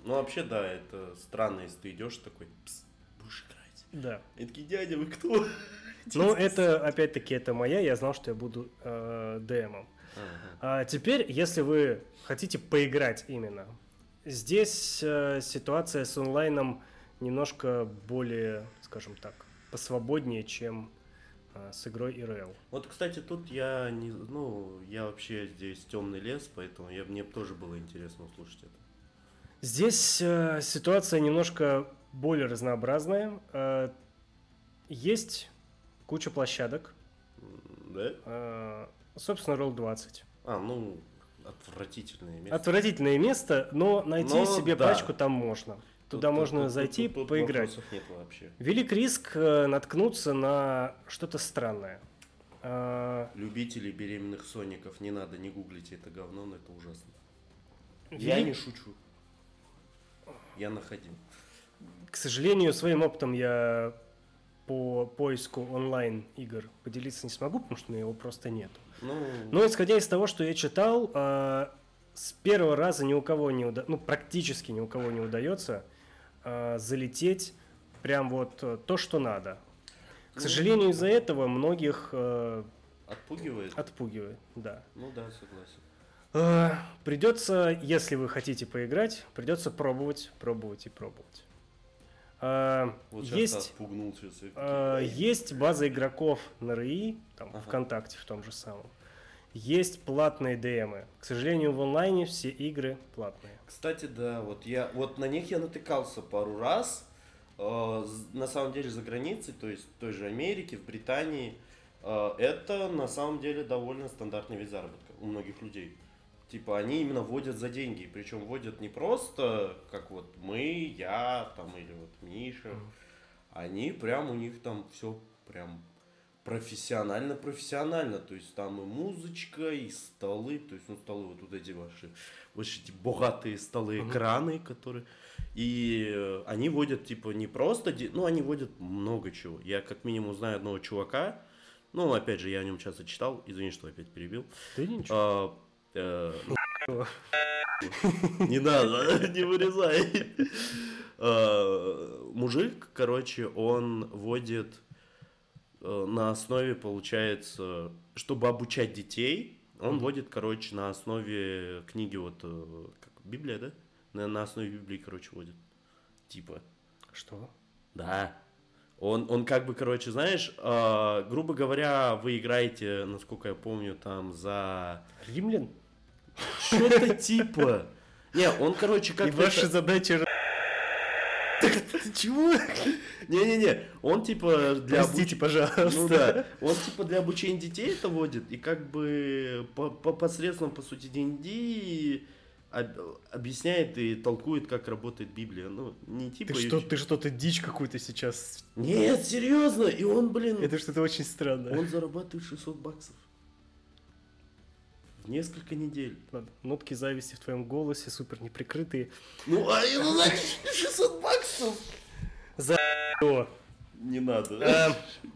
Ну, вообще, да, это странно, если ты идешь такой, пс, будешь играть. Да. И такие, дядя, вы кто? Ну, это, опять-таки, это моя, я знал, что я буду э, ДМом. Ага. А теперь, если вы хотите поиграть именно, здесь э, ситуация с онлайном немножко более, скажем так, посвободнее, чем э, с игрой ай эр эл. Вот, кстати, тут я не, ну, я вообще здесь темный лес, поэтому я, мне тоже было интересно услышать это. Здесь э, ситуация немножко более разнообразная. Э, есть куча площадок. Да? Э, собственно, ролл двадцать. А, ну, отвратительное место. Отвратительное место, но найти Но себе да. пачку там можно. Туда Тут- можно тут- зайти, тут- тут поиграть. вопросов нет вообще. Велик риск э, наткнуться на что-то странное. Э, Любителей беременных соников, не надо, не гуглите это говно, но это ужасно. велик- Я не шучу. Я находил. К сожалению, своим опытом я по поиску онлайн игр поделиться не смогу, потому что у меня его просто нет. Ну, Но исходя из того, что я читал, э, с первого раза ни у кого не уда- ну практически ни у кого не удается э, залететь прям вот э, то, что надо. К Ну, сожалению, из-за этого многих э, отпугивает? отпугивает, да. Ну да, согласен. Э, Придется, если вы хотите поиграть, придется пробовать, пробовать и пробовать. Э, Вот сейчас Есть, отпугнул сейчас. я э, такой, есть база игроков на эр и, там, Ага. ВКонтакте в том же самом. Есть платные ДМы. К сожалению, в онлайне все игры платные. Кстати, да, вот я вот на них я натыкался пару раз. Э, з- на самом деле за границей, то есть в той же Америке, в Британии, э, это на самом деле довольно стандартный вид заработка у многих людей. Типа они именно вводят за деньги, причем вводят не просто, как вот мы, я, там, или вот Миша. Мгм. Они прям, у них там все прям профессионально-профессионально. То есть там и музычка, и столы. То есть, ну, столы вот, вот эти ваши, вот эти богатые столы, Мгм. экраны, которые... И э, они водят, типа, не просто... де- Ну, они водят много чего. Я как минимум знаю одного чувака. Ну, опять же, я о нем часто читал. Извини, что опять перебил. Да ничего. А, э, Не надо, не вырезай. А, Мужик, короче, он водит э, на основе, получается, чтобы обучать детей, он Мгм. водит, короче, на основе книги, вот, э, как Библия, да? На, на основе Библии, короче, водит. Типа. Что? Да. Он, он как бы, короче, знаешь, э, грубо говоря, вы играете, насколько я помню, там за... Римлян? Что-то типа. Не, он, короче, как И ваша задача... Чего? Не-не-не, он типа для Простите, обуч- пожалуйста. Ну да, он типа для обучения детей это водит, и как бы по, по посредством, по сути, ди энд ди об- объясняет и толкует, как работает Библия. Ну, не типа... Ты её что, ч- ты что-то дичь какую-то сейчас. Нет, серьезно, и он, блин, Это что-то очень странное. он зарабатывает шестьсот баксов. В несколько недель. Ладно, нотки зависти в твоем голосе, супер неприкрытые. Ну, а ну, значит, шестьсот баксов? О, Не надо. эм,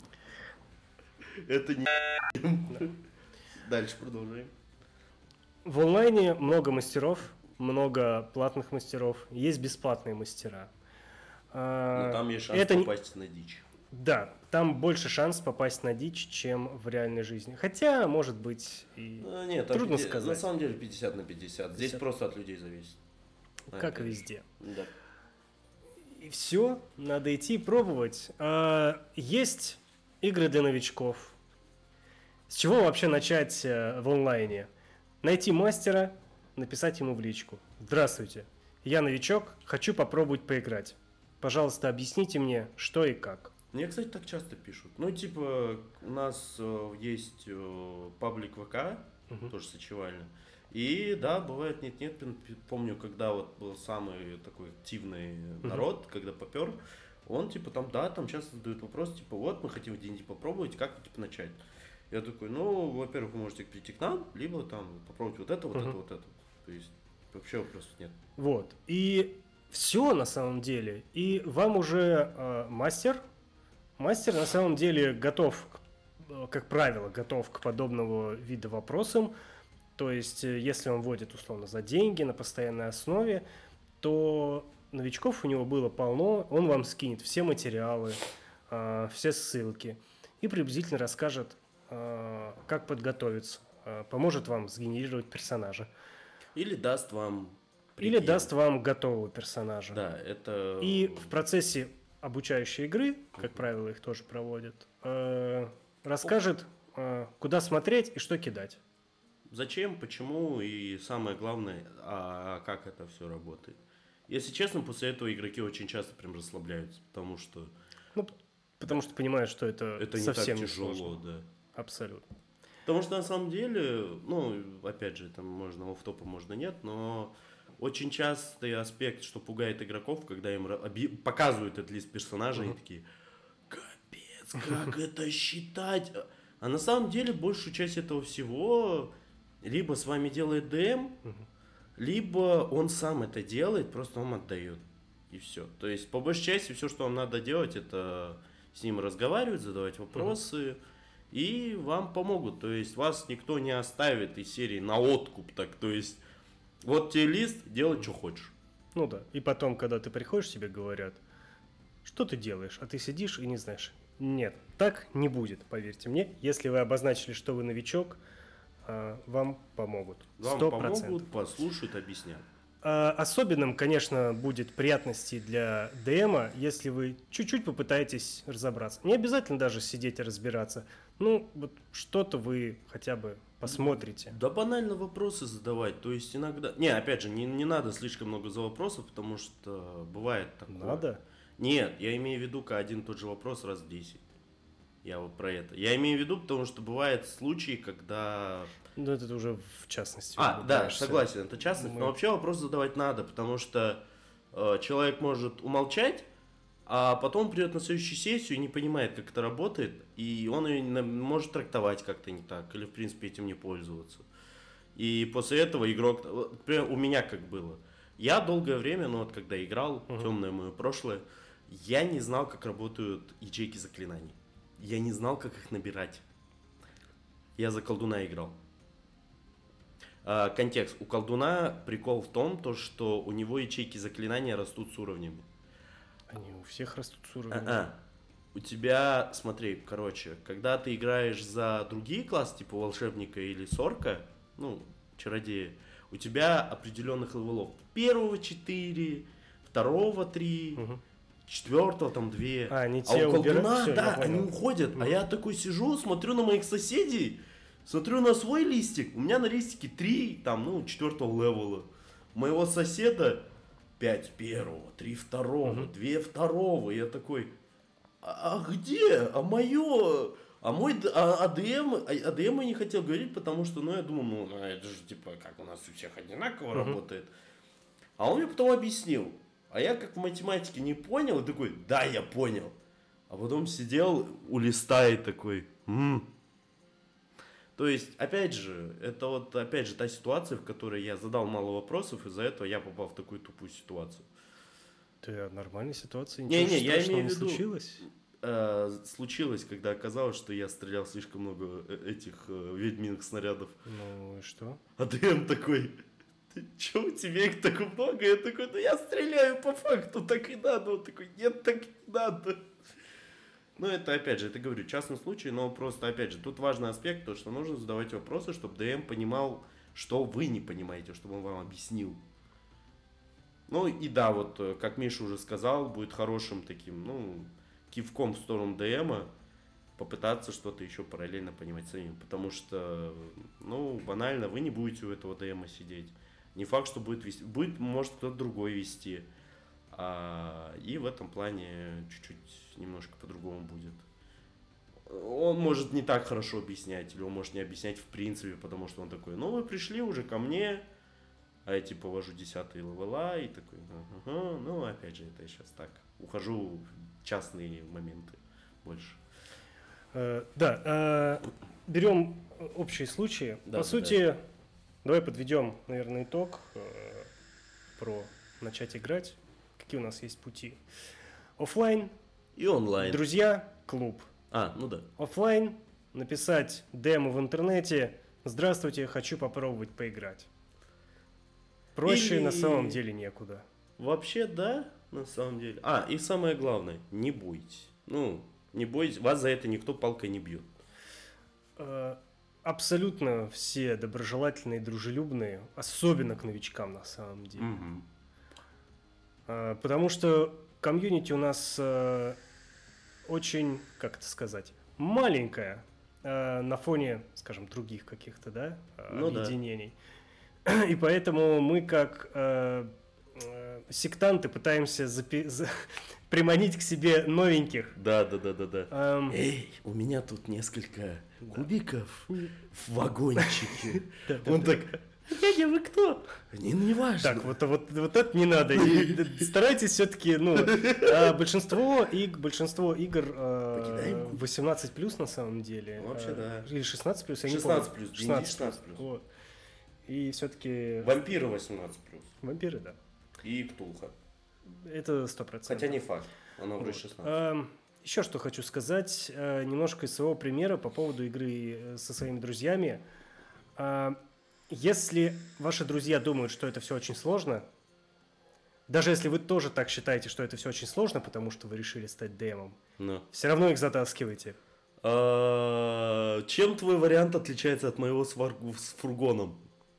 Это не... Дальше продолжаем. В онлайне много мастеров, много платных мастеров, есть бесплатные мастера. А, Но там есть шанс это не- попасть на дичь. Да, там больше шанс попасть на дичь, чем в реальной жизни. Хотя, может быть, и Ну, нет, там трудно пяти- сказать. На самом деле пятьдесят на пятьдесят. Здесь пятьдесят. просто от людей зависит. А, как и это- везде. Да. И все, надо идти и пробовать. А, есть игры для новичков. С чего вообще начать э, в онлайне? Найти мастера, написать ему в личку. Здравствуйте, я новичок, хочу попробовать поиграть. Пожалуйста, объясните мне, что и как. Мне, кстати, так часто пишут. Ну, типа, у нас э, есть э, паблик ВК, Мгм. тоже сочевально. И да, бывает нет-нет, пин- пи- помню, когда вот был самый такой активный народ, когда попер, он типа там, да, там часто задают вопрос, типа, вот, мы хотим в ди энд ди попробовать, как типа начать? Я такой, ну, во-первых, вы можете прийти к нам, либо там попробовать вот это, вот Мгм. это, вот это. То есть вообще вопросов нет. Вот. И все на самом деле. И вам уже э, мастер, мастер на самом деле готов, к- э, как правило, готов к подобного вида вопросам. То есть, э, если он вводит условно за деньги на постоянной основе, то новичков у него было полно, он вам скинет все материалы, э, все ссылки и приблизительно расскажет, э, как подготовиться, э, поможет вам сгенерировать персонажа. Или даст вам Или предел. даст вам готового персонажа. Да, это... И в процессе обучающей игры, как правило, их тоже проводят, э, расскажет, э, куда смотреть и что кидать. Зачем, почему и самое главное, а как это все работает. Если честно, после этого игроки очень часто прям расслабляются, потому что... Ну, потому что понимают, что это, это не совсем так не тяжело, сложно. да. Абсолютно. Потому что на самом деле, ну, опять же, там можно офф-топа, можно нет, но очень частый аспект, что пугает игроков, когда им оби- показывают этот лист персонажа, uh-huh. и такие, капец, как это считать? А на самом деле большую часть этого всего либо с вами делает ди эм, uh-huh. либо он сам это делает, просто он отдает. И все. То есть, по большей части, все, что вам надо делать, это с ним разговаривать, задавать вопросы, uh-huh. и вам помогут. То есть, вас никто не оставит из серии на откуп. Так, то есть, вот тебе лист, делай, что хочешь. Ну да. И потом, когда ты приходишь, тебе говорят, что ты делаешь, а ты сидишь и не знаешь. Нет, так не будет, поверьте мне. Если вы обозначили, что вы новичок, вам помогут. сто процентов. Вам помогут, послушают, объяснят. Особенным, конечно, будет приятности для ди эма, если вы чуть-чуть попытаетесь разобраться. Не обязательно даже сидеть и разбираться. Ну, вот что-то вы хотя бы посмотрите. Да банально вопросы задавать. То есть иногда... Не, опять же, не, не надо слишком много за вопросов, потому что бывает такое. Надо? Нет, я имею в виду, как один и тот же вопрос раз в десять. Я вот про это. Я имею в виду, потому что бывают случаи, когда... Ну, это уже в частности. А, да, согласен, это частность, Мы... но вообще вопрос задавать надо, потому что э, человек может умолчать, а потом придет на следующую сессию и не понимает, как это работает, и он ее может трактовать как-то не так, или в принципе этим не пользоваться. И после этого игрок, например, у меня как было, я долгое время, ну вот когда играл, uh-huh. темное мое прошлое, я не знал, как работают ячейки заклинаний. Я не знал, как их набирать. Я за колдуна играл. А, контекст. У колдуна прикол в том, то, что у него ячейки заклинания растут с уровнями. Они у всех растут с уровнями. А-а. У тебя, смотри, короче, когда ты играешь за другие классы, типа волшебника или сорка, ну, чародея, у тебя определенных левелов. Первого четыре, второго три, угу. четвертого там две. А, они а у колдуна, убирают? Все, да, они уходят. Угу. А я такой сижу, смотрю на моих соседей, смотрю на свой листик. У меня на листике три, там, ну, четвертого левела. У моего соседа пять первого, три второго, угу. два второго. Я такой, а, а где? А мое... А мой а, АДМ, АДМ я не хотел говорить, потому что, ну, я думал, ну, это же, типа, как у нас у всех одинаково uh-huh. работает. А он мне потом объяснил. А я, как в математике, не понял, и такой, да, я понял. А потом сидел у листа и такой, м-м. То есть, опять же, это вот, опять же, та ситуация, в которой я задал мало вопросов, из-за этого я попал в такую тупую ситуацию. Ты нормальная ситуация? Ничего не, не, я имею в виду... случилось? Случилось, когда оказалось, что я стрелял слишком много этих э, ведьминых снарядов. Ну и что? А ДМ такой, ты чё, у тебя их так много? Я такой, ну я стреляю по факту, так и надо. Он такой, нет, так и надо. Ну это, опять же, это говорю, частный случай, но просто, опять же, тут важный аспект, то, что нужно задавать вопросы, чтобы ДМ понимал, что вы не понимаете, чтобы он вам объяснил. Ну и да, вот, как Миша уже сказал, будет хорошим таким, ну... кивком в сторону ДМа попытаться что-то еще параллельно понимать самим. Потому что, ну, банально, вы не будете у этого ДМа сидеть. Не факт, что будет вести. Будет, может, кто-то другой вести. А, и в этом плане чуть-чуть немножко по-другому будет. Он может не так хорошо объяснять, или он может не объяснять в принципе, потому что он такой, ну, вы пришли уже ко мне, а я типа вожу десятые левела, и такой, ага, ну, опять же, это я сейчас так ухожу в частные моменты больше. Э, да, э, берем общие случаи. Да, По да, сути, да. давай подведем, наверное, итог э, про начать играть. Какие у нас есть пути? Оффлайн и онлайн. Друзья, клуб. А, ну да. Оффлайн, написать демо в интернете. Здравствуйте, хочу попробовать поиграть. Проще Или... на самом деле некуда. Вообще, да, на самом деле. А, и самое главное, не бойтесь. Ну, не бойтесь, вас за это никто палкой не бьет. Э, Абсолютно все доброжелательные, дружелюбные, особенно к новичкам на самом деле. Мгм. Э, Потому что комьюнити у нас э, очень, как это сказать, маленькая э, на фоне, скажем, других каких-то, да, э, Ну да. объединений. И поэтому мы как э, э, сектанты пытаемся запи- за- приманить к себе новеньких. Да, да, да, да, да. Эм, Эй, у меня тут несколько кубиков в вагончике. да, да, Он да. так, дядя, вы кто? Не, не важно. Так, вот, вот, вот это не надо. И старайтесь все-таки, ну, а, большинство, иг, большинство игр э, Покидаем кубик. восемнадцать плюс на самом деле. Вообще, Э, да. Или шестнадцать плюс, я не шестнадцать помню. плюс, ди энд ди шестнадцать плюс. Вот. И все-таки Вампиры восемнадцать плюс. вампиры, да. И Ктулха. Это сто процентов. Хотя не факт. Она вроде шестнадцать. Еще что хочу сказать, э, немножко из своего примера по поводу игры э, со своими друзьями. А, Если ваши друзья думают, что это все очень сложно, даже если вы тоже так считаете, что это все очень сложно, потому что вы решили стать демом, No. все равно их затаскивайте. А, чем твой вариант отличается от моего с, вар- с фургоном?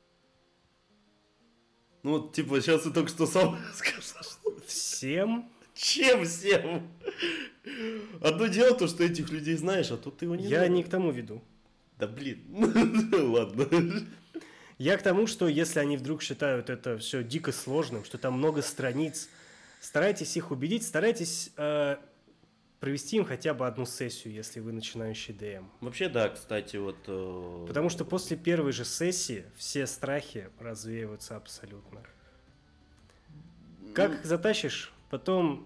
Ну, вот, типа, сейчас ты только что сам сказал. Всем Чем всем? Одно дело то, что этих людей знаешь, а тут ты его не я знаешь. не к тому веду. Да блин, ладно. Я к тому, что если они вдруг считают это все дико сложным, что там много страниц, старайтесь их убедить, старайтесь э, провести им хотя бы одну сессию, если вы начинающий ДМ. Вообще, да, кстати, вот... э, Потому что после первой же сессии все страхи развеиваются абсолютно. Как их затащишь, потом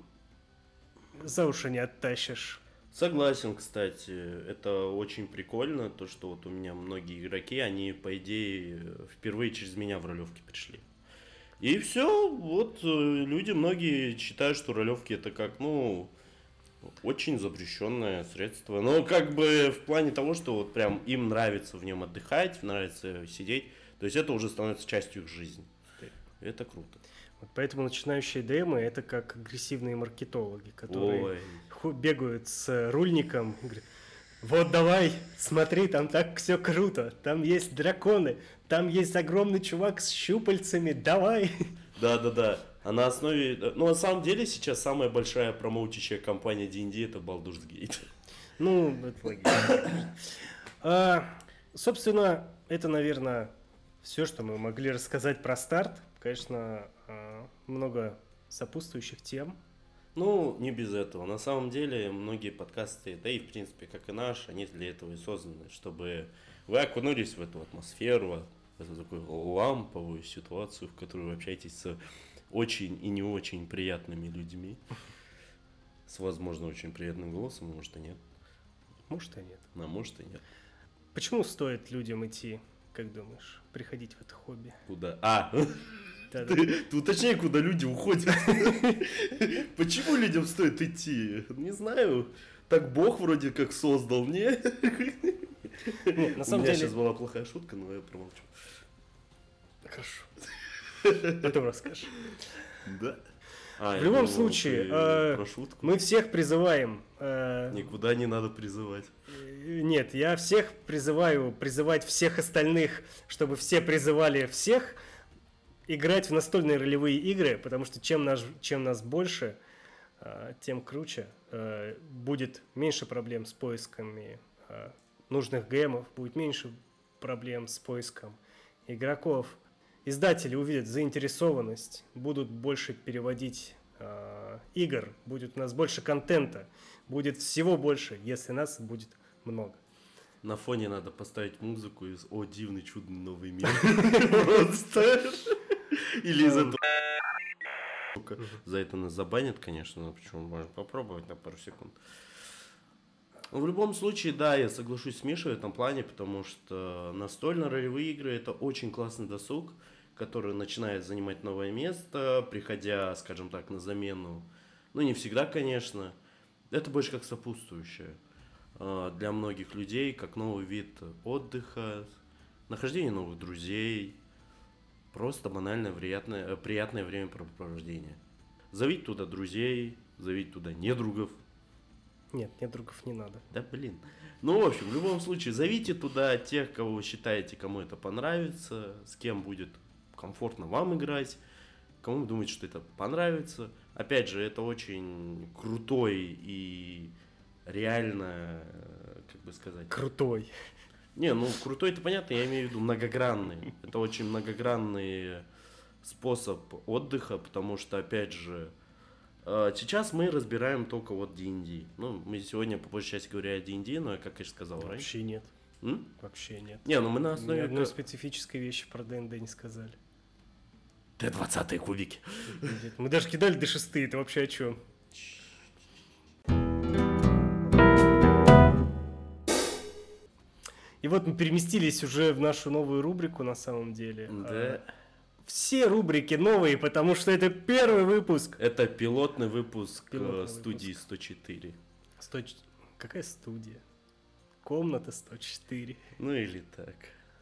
за уши не оттащишь. Согласен, кстати, это очень прикольно, то, что вот у меня многие игроки, они, по идее, впервые через меня в ролевки пришли. И все, вот э, люди, многие считают, что ролевки это как, ну, очень запрещенное средство. Но как бы в плане того, что вот прям им нравится в нем отдыхать, нравится сидеть, то есть это уже становится частью их жизни. Это круто. Вот поэтому начинающие ДМы это как агрессивные маркетологи, которые Ой. ху- бегают с рульником. и говорят, вот давай, смотри, там так все круто. Там есть драконы, там есть огромный чувак с щупальцами, давай. Да-да-да. А на основе... Ну, на самом деле, сейчас самая большая промоутящая компания ди энд ди это Baldur's Gate. Ну, это логично. А, собственно, это, наверное, все, что мы могли рассказать про старт. Конечно, а, много сопутствующих тем. Ну, не без этого. На самом деле, многие подкасты, да и, в принципе, как и наш, они для этого и созданы, чтобы вы окунулись в эту атмосферу, в эту такую ламповую ситуацию, в которой вы общаетесь с очень и не очень приятными людьми. С, возможно, очень приятным голосом, а может и нет. Может, и нет. А может и нет. Почему стоит людям идти, как думаешь, приходить в это хобби? Куда? А! Да-да. Ты, ты уточняй, куда люди уходят. Почему людям стоит идти? Не знаю. Так Бог вроде как создал, не? Нет, на У самом меня деле... сейчас была плохая шутка, но я промолчу. Хорошо. Потом расскажешь. Да? А, В я любом думал, случае, ты э, про шутку. Мы всех призываем... э, Никуда не надо призывать. э, Нет, я всех призываю призывать всех остальных, чтобы все призывали всех играть в настольные ролевые игры, потому что чем, наш, чем нас больше, э, тем круче. Э, Будет меньше проблем с поисками э, нужных гемов, будет меньше проблем с поиском игроков. Издатели увидят заинтересованность, будут больше переводить э, игр, будет у нас больше контента, будет всего больше, если нас будет много. На фоне надо поставить музыку из «О, дивный, чудный новый мир». Просто. Или из этого. За это нас забанят, конечно, но почему? Можно попробовать на пару секунд. Но в любом случае, да, я соглашусь с Мишей в этом плане, потому что настольно-ролевые игры это очень классный досуг, который начинает занимать новое место, приходя, скажем так, на замену. Ну, не всегда, конечно. Это больше как сопутствующее э, для многих людей, как новый вид отдыха, нахождение новых друзей, просто банальное приятное, приятное времяпрепровождение. Зовите туда друзей, зовите туда недругов. Нет, недругов не надо. Да блин. Ну, в общем, в любом случае, зовите туда тех, кого вы считаете, кому это понравится, с кем будет комфортно вам играть, кому вы думаете, что это понравится. Опять же, это очень крутой и реально, как бы сказать... Крутой. Не, ну крутой это понятно, я имею в виду многогранный. Это очень многогранный способ отдыха, потому что, опять же, сейчас мы разбираем только вот ди энд ди. Ну, мы сегодня по большей части говорили о ди энд ди, но я, как я сказал раньше. Вообще нет. М? Вообще нет. Не, ну мы на основе... Ни одной специфической вещи про ди энд ди не сказали. Д двадцать кубики. Мы даже кидали ди шесть, это вообще о чем? И вот мы переместились уже в нашу новую рубрику на самом деле. Да. Все рубрики новые, потому что это первый выпуск. Это пилотный выпуск Пилотный студии выпуск. сто четыре. сто... Какая студия? Комната сто четыре. Ну или так.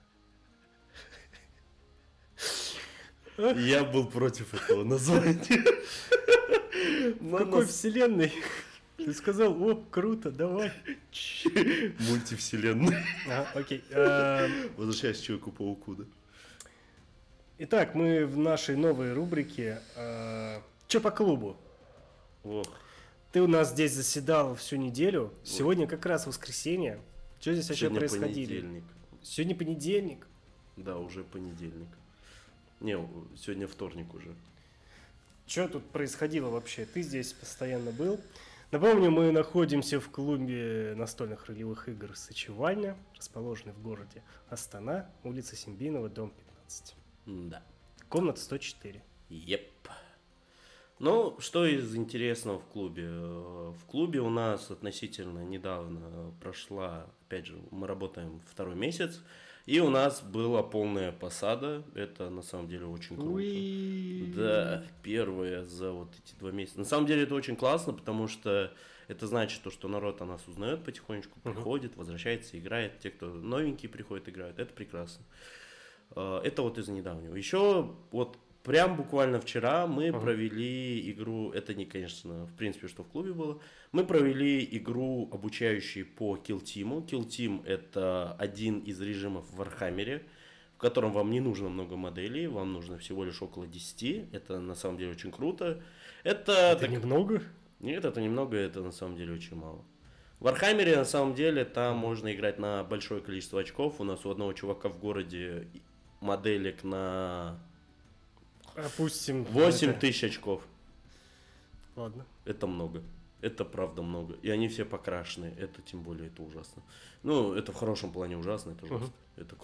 Я был против этого названия. В какой вселенной? Ты сказал, о, круто, давай. Мультивселенная. Ага, окей. Возвращаясь к Человеку-пауку, да? Итак, мы в нашей новой рубрике «Чё по клубу?». Ох. Ты у нас здесь заседал всю неделю. Сегодня как раз воскресенье. Что здесь вообще Сегодня происходило? понедельник. Сегодня понедельник. Да, уже понедельник. Не, сегодня вторник уже. Что тут происходило вообще? Ты здесь постоянно был. Напомню, мы находимся в клубе настольных ролевых игр «Сычевальня», расположенный в городе Астана, улица Симбинова, дом пятнадцать. Да. Комната сто четыре. Еп. Ну, что из интересного в клубе? В клубе у нас относительно недавно прошла, опять же, мы работаем второй месяц, и у нас была полная посада. Это на самом деле очень круто. Уи. Да, первое за вот эти два месяца. На самом деле это очень классно, потому что это значит, то, что народ о нас узнает потихонечку, приходит, возвращается, играет. Те, кто новенькие приходят, играют. Это прекрасно. Это вот из недавнего. Еще вот прям буквально вчера мы uh-huh. провели игру, это не, конечно, в принципе, что в клубе было, мы провели игру, обучающую по Kill Team. Kill Team это один из режимов в Вархаммере, в котором вам не нужно много моделей, вам нужно всего лишь около десяти. Это на самом деле очень круто. Это, это так... немного? Нет, это немного, это на самом деле очень мало. В Вархаммере на самом деле там можно играть на большое количество очков. У нас у одного чувака в городе моделек на... Опустим. восемь это... тысяч очков. Ладно. Это много. Это правда много. И они все покрашены. Это тем более это ужасно. Ну, это в хорошем плане ужасно, это жестко. Uh-huh. Это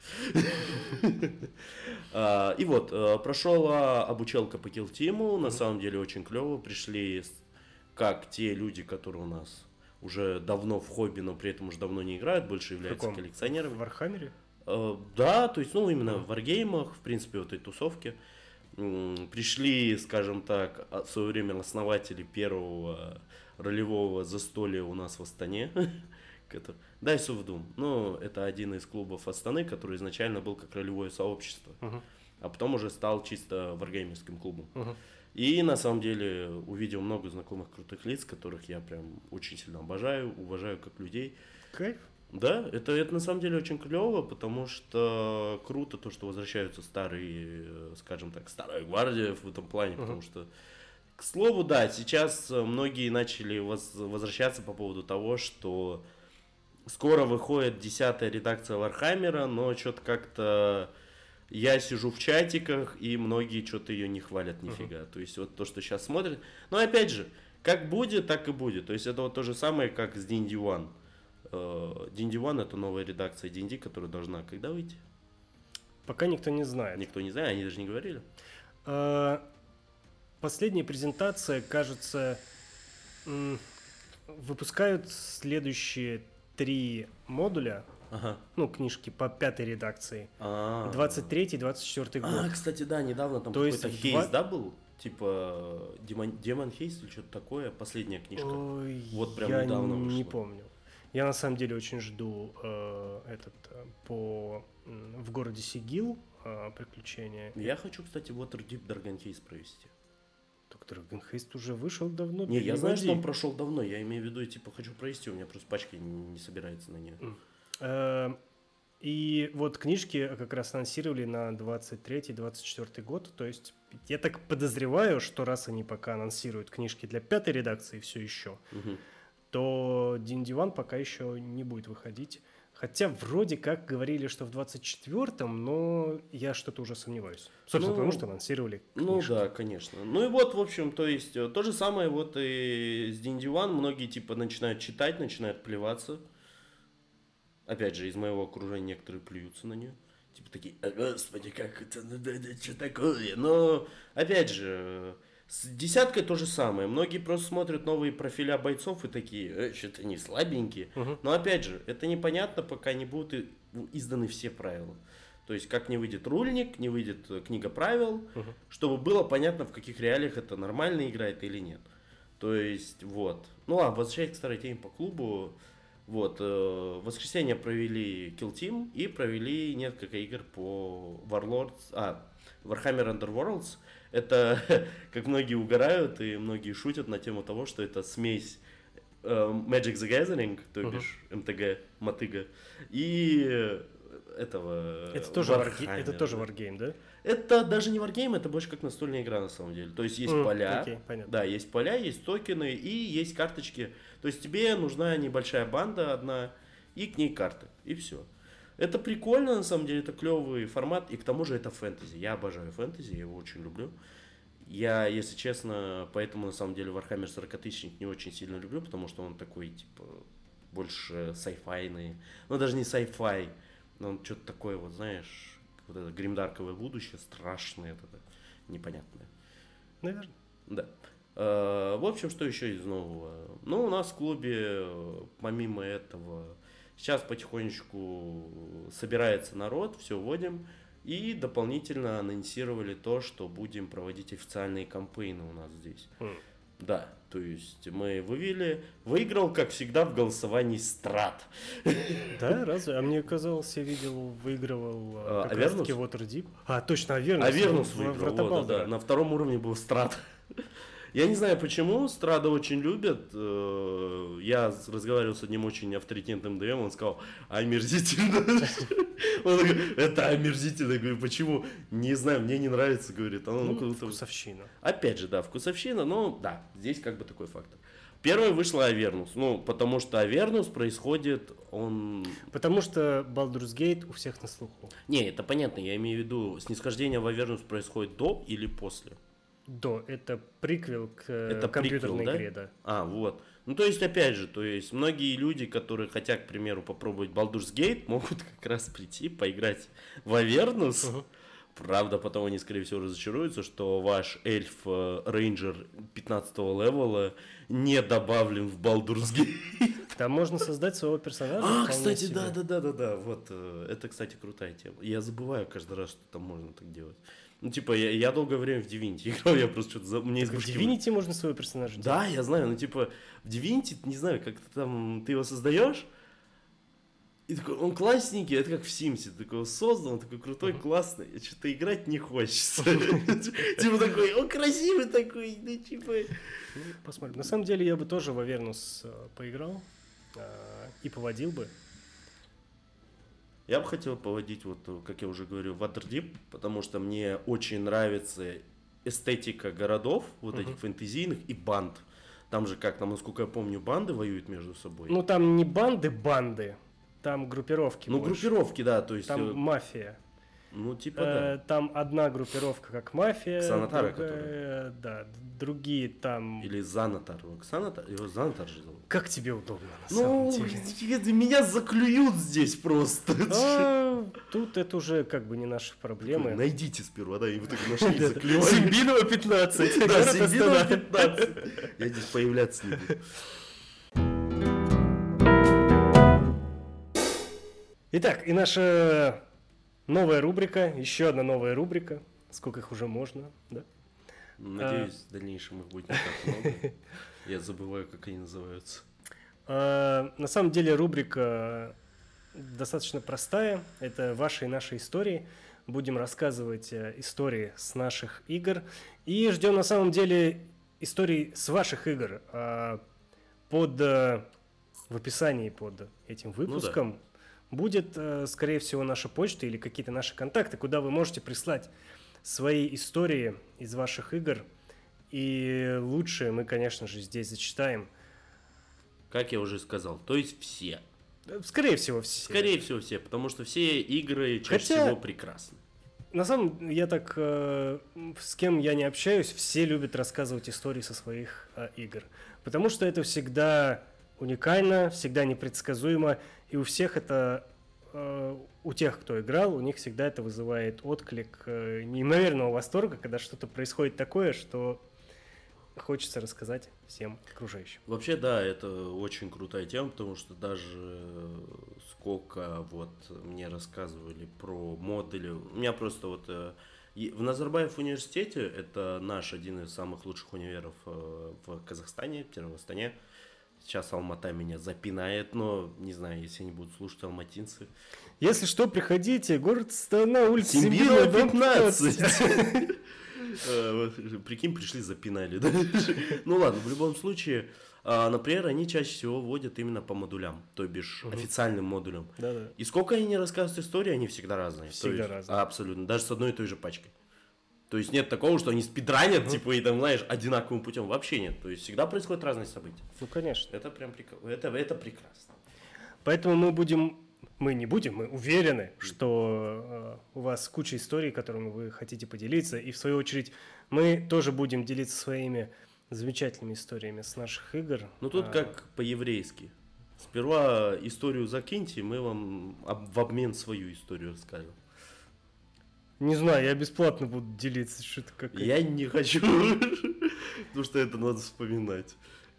круто. И вот, прошла обучалка по Kill Team. На самом деле очень клево. Пришли как те люди, которые у нас уже давно в хобби, но при этом уже давно не играют, больше являются коллекционерами. В Вархаммере? Да, то есть, ну, именно в варгеймах, в принципе, вот этой тусовке. Пришли, скажем так, в свое время основатели первого ролевого застолья у нас в Астане. Dice of Doom. Ну, это один из клубов Астаны, который изначально был как ролевое сообщество. Uh-huh. А потом уже стал чисто варгеймерским клубом. Uh-huh. И на самом деле увидел много знакомых крутых лиц, которых я прям очень сильно обожаю, уважаю как людей. Кайф. Да, это, это на самом деле очень клево, потому что круто то, что возвращаются старые, скажем так, старая гвардия в этом плане, uh-huh. потому что, к слову, да, сейчас многие начали воз, возвращаться по поводу того, что скоро выходит десятая редакция Вархаммера, но что-то как-то я сижу в чатиках, и многие что-то ее не хвалят нифига. Uh-huh. То есть вот то, что сейчас смотрят. Но опять же, как будет, так и будет. То есть это вот то же самое, как с ди энд ди один. ди энд ди один это новая редакция ди энд ди, которая должна когда выйти? Пока никто не знает. Никто не знает, они даже не говорили. А, последняя презентация, кажется, выпускают следующие три модуля. Ага. Ну, книжки по пятой редакции. А-а-а. двадцать третий двадцать четвёртый год. А, кстати, да, недавно там То какой-то есть хейс, два... да, был? Типа Демон, Демон Хейс или что-то такое, последняя книжка. Ой, вот прям я недавно вышла. не помню. Я на самом деле очень жду э, этот э, по в городе Сигил э, приключения. Я хочу, кстати, Waterdeep Dragon Heist провести. Так Dragon Heist уже вышел давно. Не, я знаю, что он прошел давно. Я имею в виду, типа, хочу провести, у меня просто пачка не собирается на нее. Mm. И вот книжки как раз анонсировали на двадцать третий - двадцать четвёртый год. То есть я так подозреваю, что раз они пока анонсируют книжки для пятой редакции все еще, угу. то ди энд ди один пока еще не будет выходить. Хотя вроде как говорили, что в двадцать четвёртом, но я что-то уже сомневаюсь. Собственно, ну, потому что анонсировали книжки. Ну да, конечно. Ну и вот, в общем, то есть, то же самое вот и с ди энд ди один. Многие типа начинают читать, начинают плеваться. Опять же, из моего окружения некоторые плюются на нее. Типа такие, а, господи, как это, ну да, да, что такое? Но, опять же, с десяткой то же самое. Многие просто смотрят новые профиля бойцов и такие, э, что-то они слабенькие. Uh-huh. Но, опять же, это непонятно, пока не будут изданы все правила. То есть, как не выйдет рульник, не выйдет книга правил, uh-huh. чтобы было понятно, в каких реалиях это нормально играет или нет. То есть, вот. Ну ладно, возвращаясь к старой теме по клубу. Вот, э, в воскресенье провели Kill Team и провели несколько игр по Warlords, а, Warhammer Underworlds. Это, как многие угорают и многие шутят на тему того, что это смесь э, Magic the Gathering, то бишь uh-huh. эм тэ гэ, мотыга, и этого это тоже, варге... это тоже Wargame, да? Это даже не Wargame, это больше как настольная игра на самом деле. То есть есть mm, поля, okay, да, есть поля, есть токены и есть карточки. То есть тебе нужна небольшая банда одна и к ней карты, и все. Это прикольно, на самом деле, это клевый формат, и к тому же это фэнтези. Я обожаю фэнтези, я его очень люблю. Я, если честно, поэтому на самом деле Warhammer сорокатысячник не очень сильно люблю, потому что он такой, типа, больше сайфайный. Ну, даже не сайфай, но он что-то такое, вот, знаешь, вот это гримдарковое будущее, страшное, это непонятное. Наверное. Да. Uh, в общем, что еще из нового? Ну, у нас в клубе, помимо этого, сейчас потихонечку собирается народ, все вводим. И дополнительно анонсировали то, что будем проводить официальные кампейны у нас здесь. Mm. Да, то есть мы вывели, выиграл, как всегда, в голосовании Страт. Да, разве? А мне казалось, я видел, выигрывал а, как раз таки Waterdeep. А, точно, Авернус. Авернус выиграл, вот, да, да. На втором уровне был Страт. Я не знаю почему, Страда очень любят. Я разговаривал с одним очень авторитетным ДМ, он сказал, омерзительно. Он такой, это омерзительно. Я говорю, почему? Не знаю, мне не нравится, говорит. Оно, ну, ну, вкусовщина. Опять же, да, вкусовщина, но да, здесь как бы такой фактор. Первой вышла Авернус, ну, потому что Авернус происходит, он... Потому что Baldur's Gate у всех на слуху. Не, это понятно, я имею в виду, снисхождение в Авернус происходит до или после? До, это приквел к это компьютерной приквел, игре, да? да? А, вот. Ну, то есть, опять же, то есть, многие люди, которые хотят, к примеру, попробовать Baldur's Gate, могут как раз прийти, поиграть в Авernus. Uh-huh. Правда, потом они, скорее всего, разочаруются, что ваш эльф-рейнджер пятнадцатого левела не добавлен в Baldur's Gate. Там можно создать своего персонажа. А, кстати, да-да-да-да-да. Вот, это, кстати, крутая тема. Я забываю каждый раз, что там можно так делать. Ну, типа, я, я долгое время в Divinity играл, я просто что-то... За... Мне в Divinity можно своего персонажа делать? Да, я знаю, ну, типа, в Divinity, не знаю, как ты там, ты его создаешь, и такой, он классненький, это как в Симсе, ты такой создан, он такой крутой, классный, а что-то играть не хочется. Типа такой, он красивый такой, ну, типа... Посмотрим. На самом деле, я бы тоже в Avernus поиграл и поводил бы. Я бы хотел поводить, вот, как я уже говорил, Waterdeep, потому что мне очень нравится эстетика городов, вот uh-huh. этих фэнтезийных, и банд. Там же, как, там, насколько я помню, банды воюют между собой. Ну, там не банды-банды, там группировки Ну, больше. группировки, да, то есть... Там мафия. Ну, типа, э, да. Там одна группировка как мафия. Ксанатара, другая, которая. Да, другие там... Или Занатар. Ксанатар, его Занатар же зовут. Как тебе удобно, на ну, самом деле? Меня заклюют здесь просто. А, тут это уже как бы не наши проблемы. Найдите сперва, да, и вы так нашли, заклювали. Симбинова пятнадцать. Да, Симбинова пятнадцать. Я здесь появляться не буду. Итак, и наша... Новая рубрика, еще одна новая рубрика. Сколько их уже можно, да? Надеюсь, а... в дальнейшем их будет не так много. Я забываю, как они называются. А, на самом деле рубрика достаточно простая. Это ваши и наши истории. Будем рассказывать истории с наших игр. И ждем на самом деле историй с ваших игр. А, под, в описании под этим выпуском ну, да. будет, скорее всего, наша почта или какие-то наши контакты, куда вы можете прислать свои истории из ваших игр. И лучшие мы, конечно же, здесь зачитаем. Как я уже сказал, то есть все. Скорее всего, все. Скорее всего, все, потому что все игры чаще Хотя, всего прекрасны. На самом деле, я так, э, с кем я не общаюсь, все любят рассказывать истории со своих э, игр. Потому что это всегда уникально, всегда непредсказуемо, и у всех это, э, у тех, кто играл, у них всегда это вызывает отклик э, неимоверного восторга, когда что-то происходит такое, что хочется рассказать всем окружающим. Вообще, да, это очень крутая тема, потому что даже сколько вот мне рассказывали про модули. У меня просто вот в Назарбаев университете, это наш один из самых лучших универов в Казахстане, в Астане. Сейчас Алмата меня запинает, но не знаю, если они будут слушать алматинцы. Если что, приходите, город Астана, улица Симбирова, пятнадцать. Прикинь, пришли, запинали, да? Ну ладно, в любом случае, например, они чаще всего вводят именно по модулям, то бишь угу. официальным модулям. Да-да. И сколько они не рассказывают истории, они всегда разные. Всегда есть, разные. Абсолютно, даже с одной и той же пачкой. То есть нет такого, что они спидранят, угу. типа, и там, знаешь, одинаковым путем. Вообще нет. То есть всегда происходят разные события. Ну, конечно. Это прям прикольно. Это, это прекрасно. Поэтому мы будем... Мы не будем, мы уверены, что э, у вас куча историй, которыми вы хотите поделиться. И в свою очередь мы тоже будем делиться своими замечательными историями с наших игр. Ну тут а... как по-еврейски. Сперва историю закиньте, мы вам об, в обмен свою историю расскажем. Не знаю, я бесплатно буду делиться. Что-то как я не хочу, потому что это надо вспоминать.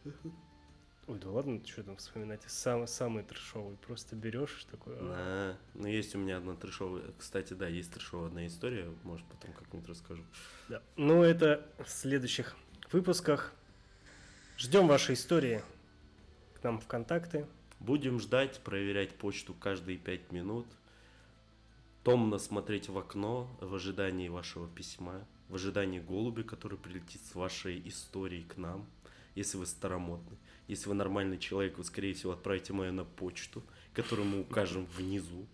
Ой, да ладно, что там вспоминать, самый, самый трэшовый, просто берешь такой... А, ну есть у меня одна трэшовая, кстати, да, есть трэшовая одна история, может потом как-нибудь расскажу. Да, ну это в следующих выпусках. Ждем ваши истории к нам в контакты. Будем ждать, проверять почту каждые пять минут, томно смотреть в окно в ожидании вашего письма, в ожидании голубя, который прилетит с вашей историей к нам, если вы старомодный. Если вы нормальный человек, вы, скорее всего, отправите мою на почту, которую мы укажем внизу.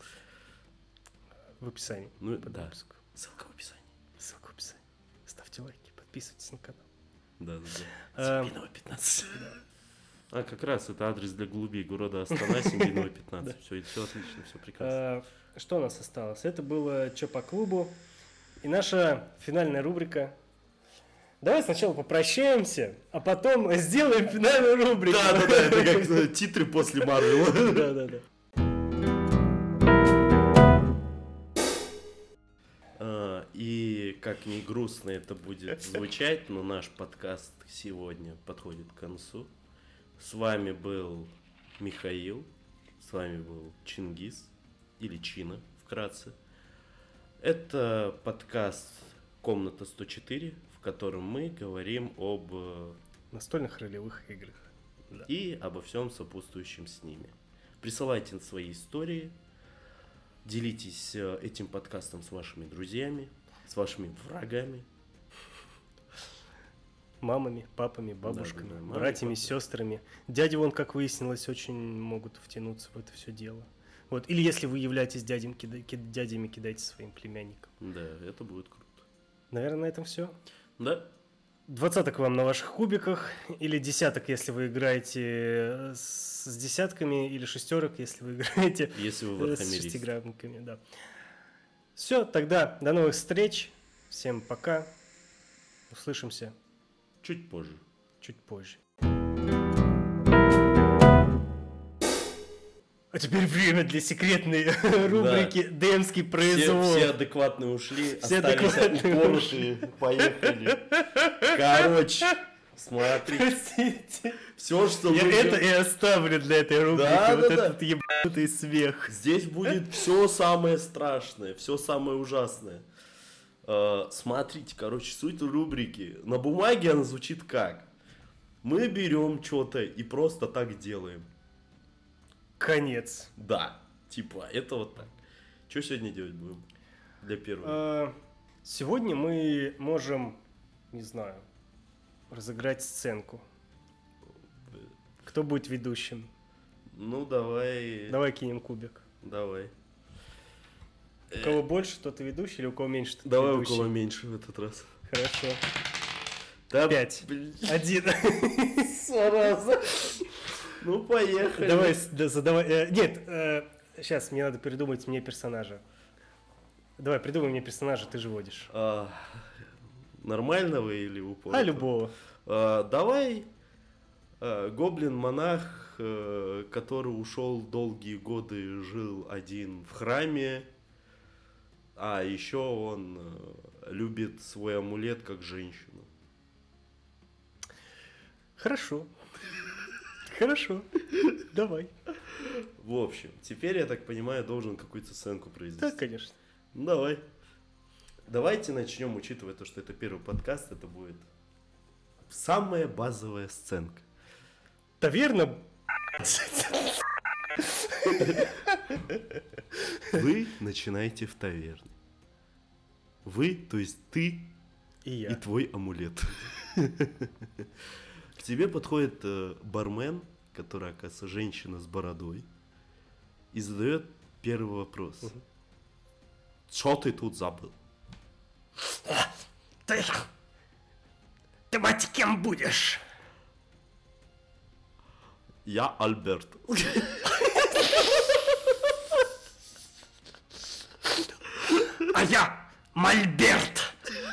В описании. Ну, да. Выпуску. Ссылка в описании. Ссылка в описании. Ставьте лайки, подписывайтесь на канал. Да, да, да. Симбинова пятнадцать. А, как раз это адрес для голубей города Астана, Симбинова пятнадцать. Все, все отлично, все прекрасно. Что у нас осталось? Это было «Чё по клубу». И наша финальная рубрика. Давай сначала попрощаемся, а потом сделаем финальную рубрику. Да, да, да, это как титры после Марвела. Да, да, да. И как ни грустно это будет звучать, но наш подкаст сегодня подходит к концу. С вами был Михаил, с вами был Чингис, или Чина вкратце. Это подкаст «Комната сто четыре», в котором мы говорим об настольных ролевых играх да. и обо всем сопутствующем с ними. Присылайте свои истории, делитесь этим подкастом с вашими друзьями, с вашими врагами. Мамами, папами, бабушками, да, да, да. братьями, сестрами. Дяди, вон, как выяснилось, очень могут втянуться в это все дело. Вот. Или если вы являетесь дядям, кида... дядями, кидайте своим племянникам. Да, это будет круто. Наверное, на этом все. Да. Двадцаток вам на ваших кубиках, или десяток, если вы играете с десятками, или шестерок, если вы играете если вы с шестигранниками. Да. Все, тогда до новых встреч. Всем пока. Услышимся. Чуть позже. Чуть позже. А теперь время для секретной рубрики да. «Демский произвол». Все, все адекватные ушли, все остались упоротые, поехали. Короче, смотри. Простите. Все, что Я вы... это и оставлю для этой рубрики. Да, вот да, этот да. ебанутый смех. Здесь будет все самое страшное, все самое ужасное. Смотрите, короче, суть рубрики. На бумаге она звучит как? Мы берем что-то и просто так делаем. конец. Да, типа, это вот так. Что сегодня делать будем для первого? А, Сегодня мы можем, не знаю, разыграть сценку. Кто будет ведущим? Ну, давай. Давай кинем кубик. Давай. У кого больше, тот и ведущий, или у кого меньше, тот Давай ведущий? у кого меньше в этот раз. Хорошо. Да, Пять. блин. Один. Зараза. Ну, поехали. Давай, да, задавай. э, Нет, сейчас мне надо придумать мне персонажа. Давай, придумай мне персонажа, ты же водишь. А, нормального или упоротого? А, любого. А, давай а, гоблин-монах, а, который ушел долгие годы, жил один в храме, а еще он а, любит свой амулет как женщину. Хорошо. Хорошо. Давай. В общем, теперь, я так понимаю, должен какую-то сценку произвести. Да, конечно. Ну, давай. Давайте начнем, учитывая то, что это первый подкаст, это будет самая базовая сценка. Таверна. Вы начинаете в таверне. Вы, то есть ты И и я. твой амулет. К тебе подходит э, бармен, которая, оказывается, женщина с бородой, и задает первый вопрос. Мгм. Что ты тут забыл? Ты... Ты, мать, кем будешь? Я Альберт. А я Мольберт.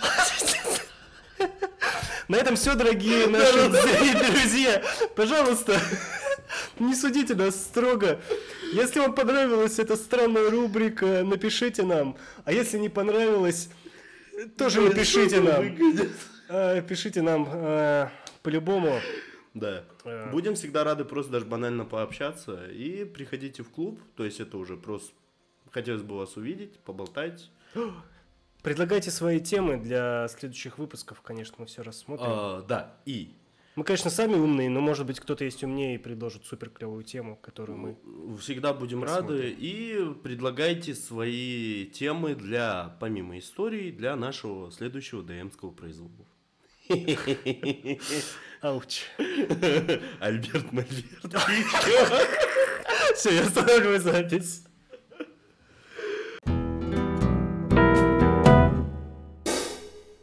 На этом все, дорогие наши друзья. Пожалуйста, не судите нас строго. Если вам понравилась эта странная рубрика, напишите нам. А если не понравилось, тоже напишите нам. А, Пишите нам а, по-любому. Да. Э. Будем всегда рады просто даже банально пообщаться. И приходите в клуб. То есть это уже просто хотелось бы вас увидеть, поболтать. Предлагайте свои темы для следующих выпусков, конечно, мы все рассмотрим. А, да, и Мы, конечно, сами умные, но, может быть, кто-то есть умнее и предложит супер клевую тему, которую мы... всегда будем Посмотрим. рады. И предлагайте свои темы для, помимо истории, для нашего следующего ДМского произвола. Ауч. Альберт Мальберт. Все, я останавливаю запись.